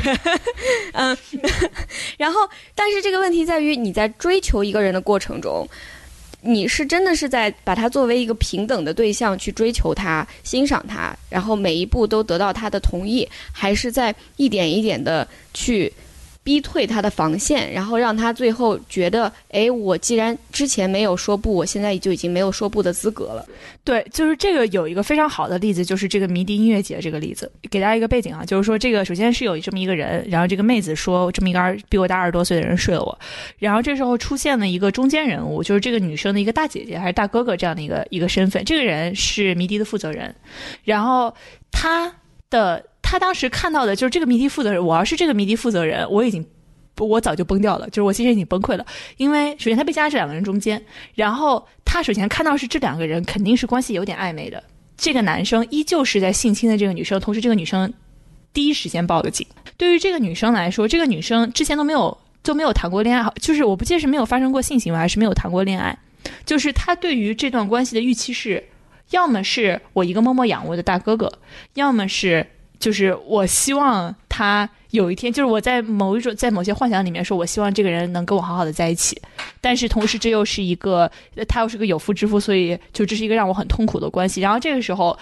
然后，但是这个问题在于，你在追求一个人的过程中，你是真的是在把他作为一个平等的对象去追求他、欣赏他，然后每一步都得到他的同意，还是在一点一点的去逼退他的防线，然后让他最后觉得，哎，我既然之前没有说不，我现在就已经没有说不的资格了。 对，就是这个有一个非常好的例子，就是这个迷笛音乐节这个例子。给大家一个背景啊，就是说这个首先是有这么一个人，然后这个妹子说这么一个比我大20多岁的人睡了我，然后这时候出现了一个中间人物，就是这个女生的一个大姐姐还是大哥哥这样的一个身份，这个人是迷笛的负责人，然后他当时看到的就是这个迷笛负责人，我要是这个迷笛负责人，我早就崩掉了，就是我其实已经崩溃了，因为首先他被夹在这2个人中间，然后他首先看到是这2个人肯定是关系有点暧昧的，这个男生依旧是在性侵的这个女生，同时这个女生第一时间报了警。对于这个女生来说，这个女生之前都没有谈过恋爱，就是我不记得是没有发生过性行为还是没有谈过恋爱，就是她对于这段关系的预期是，要么是我一个默默养我的大哥哥，要么是就是我希望他有一天，就是我在某些幻想里面说，我希望这个人能跟我好好的在一起，但是同时这又是一个他又是个有妇之夫，所以就这是一个让我很痛苦的关系。然后这个时候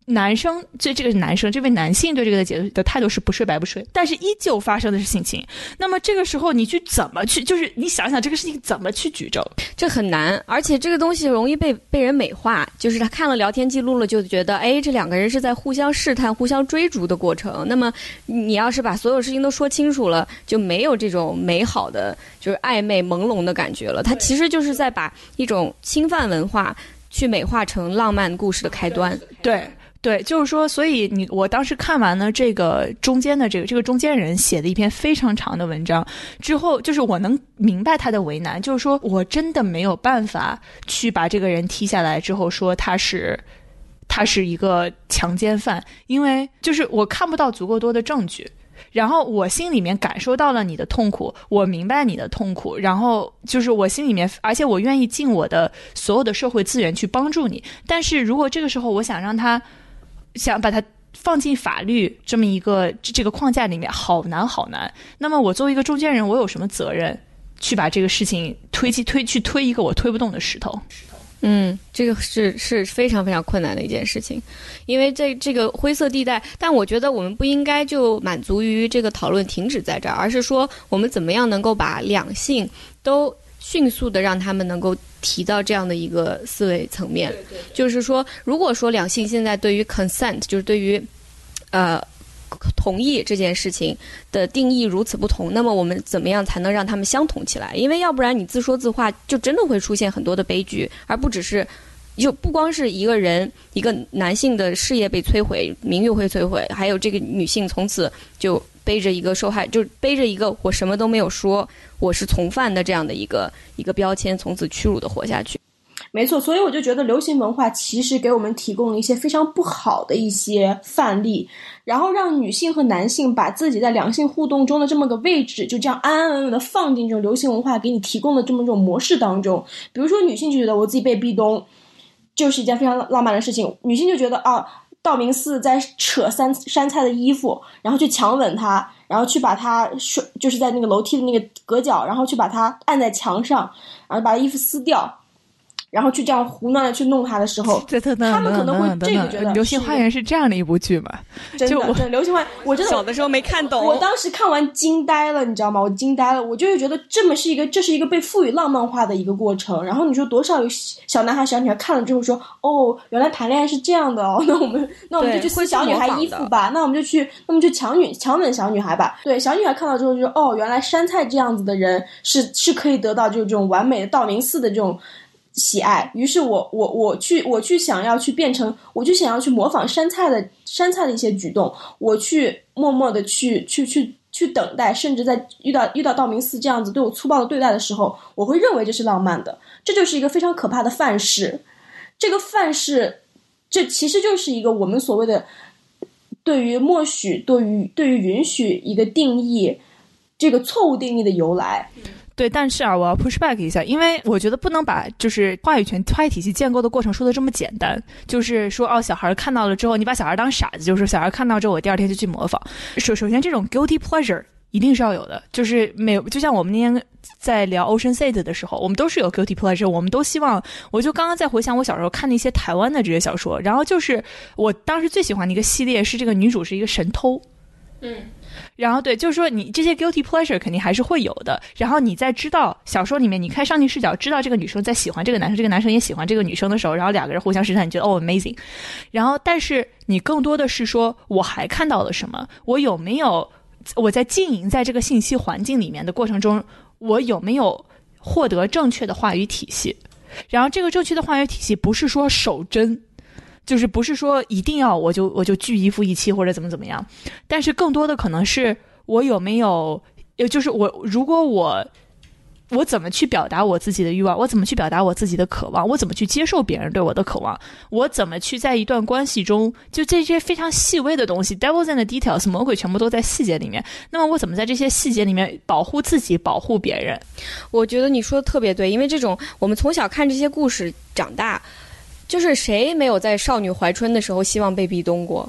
男生这个男生这位男性对这个的态度是不睡白不睡，但是依旧发生的是性侵。那么这个时候你去怎么去，就是你想想这个事情怎么去举证， 这很难，而且这个东西容易被人美化，就是他看了聊天记录了就觉得，哎，这两个人是在互相试探互相追逐的过程。那么你要是把所有事情都说清楚了，就没有这种美好的就是暧昧朦胧的感觉了，他其实就是在把一种侵犯文化去美化成浪漫故事的开端。 对，就是说，所以我当时看完了这个中间的这个中间人写的一篇非常长的文章之后，就是我能明白他的为难，就是说我真的没有办法去把这个人踢下来之后说他是一个强奸犯，因为就是我看不到足够多的证据。然后我心里面感受到了你的痛苦，我明白你的痛苦，然后就是我心里面，而且我愿意尽我的所有的社会资源去帮助你。但是如果这个时候我想把它放进法律这么一个这个框架里面，好难。那么我作为一个中间人，我有什么责任去把这个事情推一个我推不动的石头？ 这个是非常非常困难的一件事情，因为这个灰色地带，但我觉得我们不应该就满足于这个讨论停止在这儿，而是说我们怎么样能够把两性都迅速的让他们能够提到这样的一个思维层面。对，就是说如果说两性现在对于 consent 就是对于同意这件事情的定义如此不同，那么我们怎么样才能让他们相同起来？因为要不然你自说自话，就真的会出现很多的悲剧，而不只是就不光是一个人一个男性的事业被摧毁，名誉会摧毁，还有这个女性从此就背着一个受害，就背着一个我什么都没有说，我是从犯的这样的一个标签，从此屈辱的活下去。 没错，所以我就觉得流行文化其实给我们提供了一些非常不好的一些范例，然后让女性和男性把自己在两性互动中的这么个位置就这样安安稳稳的放进这种流行文化给你提供的这么一种模式当中。比如说女性就觉得我自己被壁咚就是一件非常浪漫的事情，女性就觉得道明寺在扯杉菜的衣服，然后去强吻他，然后去把他就是在那个楼梯的那个隔角，然后去把他按在墙上，然后把衣服撕掉，然后去这样胡乱的去弄他的时候，他们可能会这个觉得流星花园是这样的一部剧吗？ 真的流星花园我真的小的时候没看懂， 我当时看完惊呆了，你知道吗？我惊呆了，我就是觉得这是一个被赋予浪漫化的一个过程。然后你说多少有小男孩小女孩看了之后说，哦，原来谈恋爱是这样的哦，那我们就去撕小女孩衣服吧，那我们就强吻小女孩吧。对，小女孩看到之后就说，哦，原来杉菜这样子的人是可以得到就是这种完美的道明寺的这种喜爱。于是我去想要去变成，我就想要去模仿杉菜的一些举动，我去默默的去等待，甚至在遇到道明寺这样子对我粗暴的对待的时候，我会认为这是浪漫的。这就是一个非常可怕的范式。这个范式，这其实就是一个我们所谓的对于默许对于允许一个定义，这个错误定义的由来。 对，但是我要 push back 一下，因为我觉得不能把就是话语体系建构的过程说的这么简单，就是说小孩看到了之后，你把小孩当傻子，就是小孩看到之后我第二天就去模仿。首先这种 guilty pleasure 一定是要有的，就是就像我们那天在聊 Ocean's 8的时候，我们都是有 guilty pleasure， 我们都希望，我就刚刚在回想我小时候看那些台湾的这些小说，然后就是我当时最喜欢的一个系列是这个女主是一个神偷，然后对，就是说你这些 guilty pleasure 肯定还是会有的，然后你在知道小说里面你开上帝视角知道这个女生在喜欢这个男生，这个男生也喜欢这个女生的时候，然后两个人互相试探，你觉得amazing， 然后但是你更多的是说我还看到了什么，我在经营在这个信息环境里面的过程中，我有没有获得正确的话语体系，然后这个正确的话语体系不是说守贞，就是不是说一定要我就拒一夫一妻或者怎么样，但是更多的可能是我有没有，就是如果我怎么去表达我自己的欲望，我怎么去表达我自己的渴望，我怎么去接受别人对我的渴望，我怎么去在一段关系中，就这些非常细微的东西 Devil's in the details， 魔鬼全部都在细节里面，那么我怎么在这些细节里面保护自己保护别人。 我觉得你说的特别对，因为这种我们从小看这些故事长大，就是谁没有在少女怀春的时候希望被壁咚过？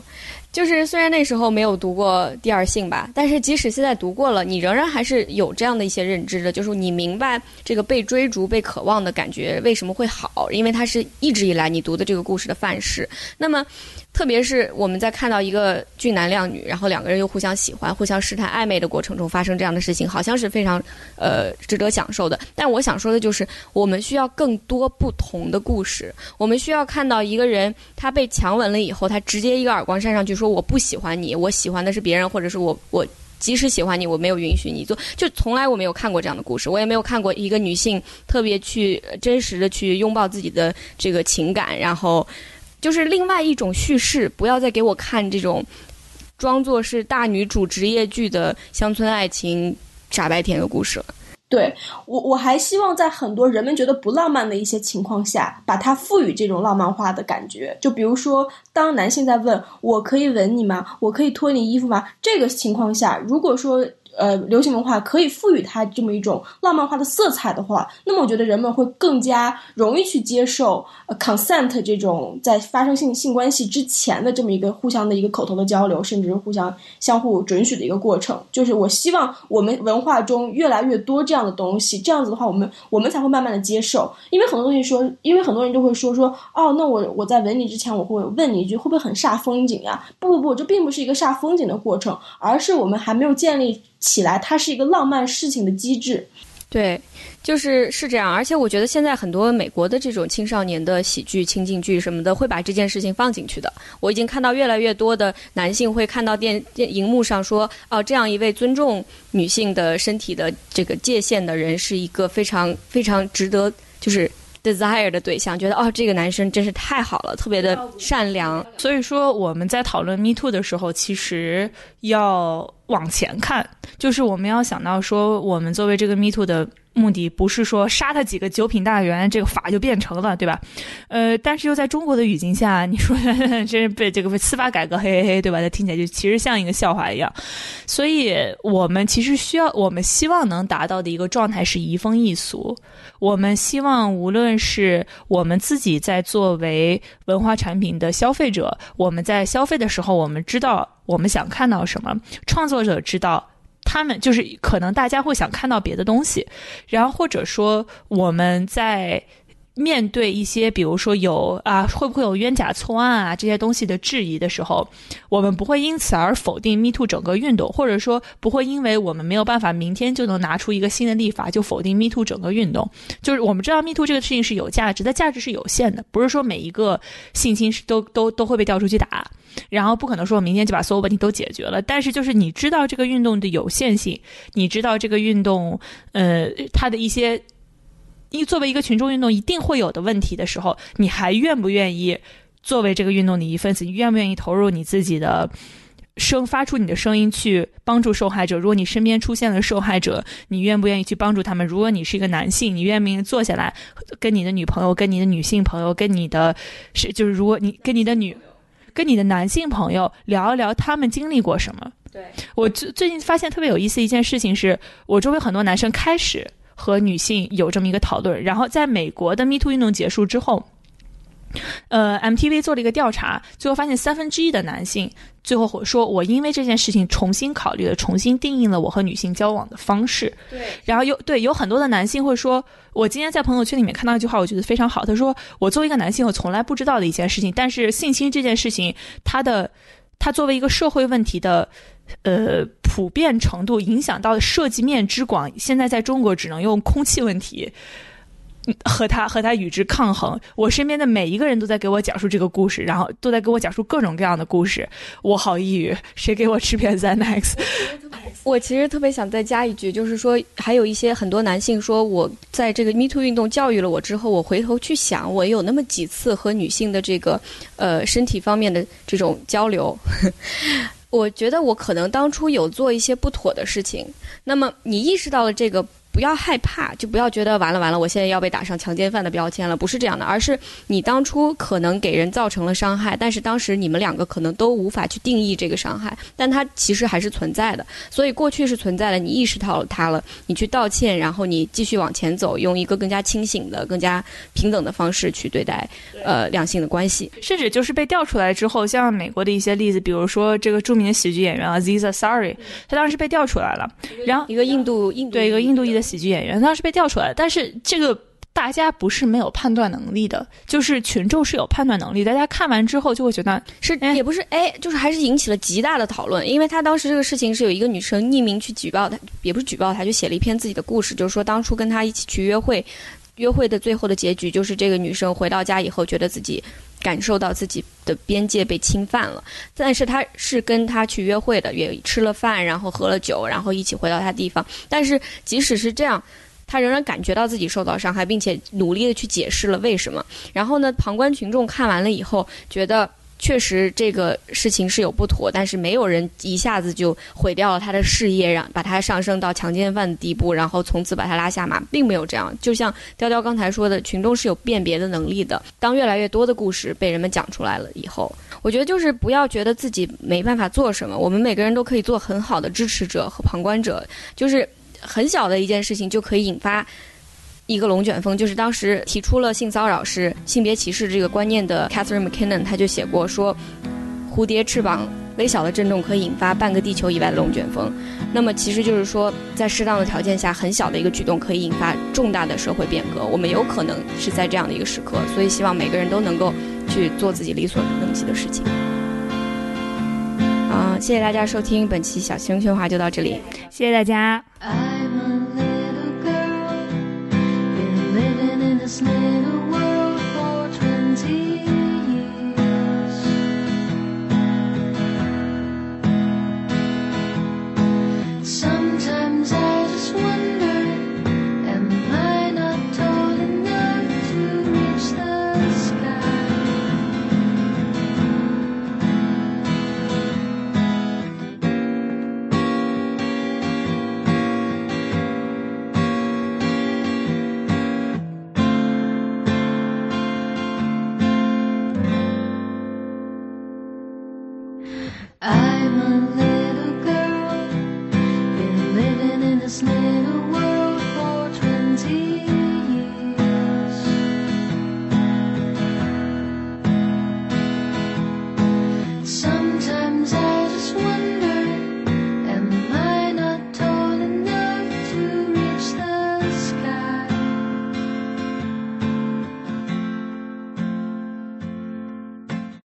就是虽然那时候没有读过第二性吧，但是即使现在读过了，你仍然还是有这样的一些认知的，就是你明白这个被追逐、被渴望的感觉为什么会好，因为它是一直以来你读的这个故事的范式。那么特别是我们在看到一个俊男靓女，然后两个人又互相喜欢、互相试探暧昧的过程中发生这样的事情，好像是非常值得享受的。但我想说的就是，我们需要更多不同的故事，我们需要看到一个人他被强吻了以后，他直接一个耳光扇上去说我不喜欢你，我喜欢的是别人，或者是我即使喜欢你，我没有允许你做，就从来我没有看过这样的故事，我也没有看过一个女性特别去真实的去拥抱自己的这个情感，然后就是另外一种叙事，不要再给我看这种装作是大女主职业剧的乡村爱情傻白甜的故事了。 对，我还希望在很多人们觉得不浪漫的一些情况下，把它赋予这种浪漫化的感觉。就比如说，当男性在问我可以吻你吗？我可以脱你衣服吗？这个情况下，如果说流行文化可以赋予它这么一种浪漫化的色彩的话，那么我觉得人们会更加容易去接受consent 这种在发生性关系之前的这么一个互相的一个口头的交流，甚至互相互准许的一个过程。就是我希望我们文化中越来越多这样的东西，这样子的话我们才会慢慢的接受。因为很多东西因为很多人就会说哦，那我在吻你之前我会问你一句会不会很煞风景呀？不，这并不是一个煞风景的过程，而是我们还没有建立起来它是一个浪漫事情的机制。 对，是这样。而且我觉得现在很多美国的这种青少年的喜剧、情景剧什么的会把这件事情放进去的。我已经看到越来越多的男性会看到荧幕上说，哦，这样一位尊重女性的身体的这个界限的人是一个非常非常值得就是desire 的对象，觉得哦，这个男生真是太好了，特别的善良。 所以说我们在讨论 Me Too 的时候，其实要往前看，就是我们要想到说，我们作为这个 Me Too 的目的不是说杀他几个九品大员，这个法就变成了，对吧？但是又在中国的语境下，你说真是被这个司法改革嘿嘿嘿，对吧？它听起来就其实像一个笑话一样。所以我们其实我们希望能达到的一个状态是移风易俗。我们希望无论是我们自己在作为文化产品的消费者，我们在消费的时候，我们知道我们想看到什么，创作者知道他们就是可能大家会想看到别的东西，然后或者说我们在面对一些比如说会不会有冤假错案啊这些东西的质疑的时候，我们不会因此而否定 Me Too 整个运动，或者说不会因为我们没有办法明天就能拿出一个新的立法就否定 Me Too 整个运动。就是我们知道 Me Too 这个事情是有价值的，价值是有限的，不是说每一个性侵都会被调出去打，然后不可能说明天就把所有问题都解决了。但是就是你知道这个运动的有限性，你知道这个运动它的一些作为一个群众运动一定会有的问题的时候，你还愿不愿意作为这个运动的一份子？你愿不愿意投入你自己的发出你的声音去帮助受害者？如果你身边出现了受害者，你愿不愿意去帮助他们？如果你是一个男性，你愿不愿意坐下来跟你的女朋友、跟你的女性朋友、跟你的就是如果你跟你的男性朋友聊一聊他们经历过什么。 对， 我最近发现特别有意思一件事情是，我周围很多男生开始和女性有这么一个讨论，然后在美国的 Me Too 运动结束之后MTV 做了一个调查，最后发现1/3的男性最后说我因为这件事情重新考虑了，重新定义了我和女性交往的方式。 对， 然后有很多的男性会说，我今天在朋友圈里面看到一句话，我觉得非常好，他说我作为一个男性我从来不知道的一件事情，但是性侵这件事情它作为一个社会问题的普遍程度影响到的涉及面之广，现在在中国只能用空气问题和他与之抗衡。我身边的每一个人都在给我讲述这个故事，然后都在给我讲述各种各样的故事，我好抑郁，谁给我吃片 Xanax？ 我其实特别想再加一句，就是说还有很多男性说，我在这个 Me Too 运动教育了我之后，我回头去想，我有那么几次和女性的这个身体方面的这种交流我觉得我可能当初有做一些不妥的事情，那么你意识到了这个不要害怕，就不要觉得完了，我现在要被打上强奸犯的标签了，不是这样的，而是你当初可能给人造成了伤害，但是当时你们两个可能都无法去定义这个伤害，但它其实还是存在的。所以过去是存在的，你意识到了它了，你去道歉，然后你继续往前走，用一个更加清醒的、更加平等的方式去对待两性的关系。 甚至就是被调出来之后，像美国的一些例子，比如说这个著名的喜剧演员Aziz Ansari，他当时被调出来了，然后一个印度裔的喜剧演员当时被调出来，但是这个大家不是没有判断能力的，就是群众是有判断能力，大家看完之后就会觉得也不是就是还是引起了极大的讨论，因为他当时这个事情是有一个女生匿名去举报他，也不是举报他，就写了一篇自己的故事，就是说当初跟他一起去约会的最后的结局就是这个女生回到家以后觉得自己感受到自己的边界被侵犯了，但是他是跟他去约会的，也吃了饭，然后喝了酒，然后一起回到他地方，但是即使是这样，他仍然感觉到自己受到伤害，并且努力的去解释了为什么。然后呢，旁观群众看完了以后觉得确实这个事情是有不妥，但是没有人一下子就毁掉了他的事业，让把他上升到强奸犯的地步，然后从此把他拉下马，并没有这样。就像雕雕刚才说的，群众是有辨别的能力的。当越来越多的故事被人们讲出来了以后，我觉得就是不要觉得自己没办法做什么，我们每个人都可以做很好的支持者和旁观者，就是很小的一件事情就可以引发一个龙卷风。就是当时提出了性骚扰是性别歧视这个观念的 Catherine McKinnon， 他就写过说，蝴蝶翅膀微小的震动可以引发半个地球以外的龙卷风。那么其实就是说，在适当的条件下，很小的一个举动可以引发重大的社会变革。我们有可能是在这样的一个时刻，所以希望每个人都能够去做自己理所能及的事情。谢谢大家收听本期小声喧哗，就到这里， 谢谢大家。 This little world for 20 years. Sometimes I just wonder, am I not tall enough to reach the sky? I'm a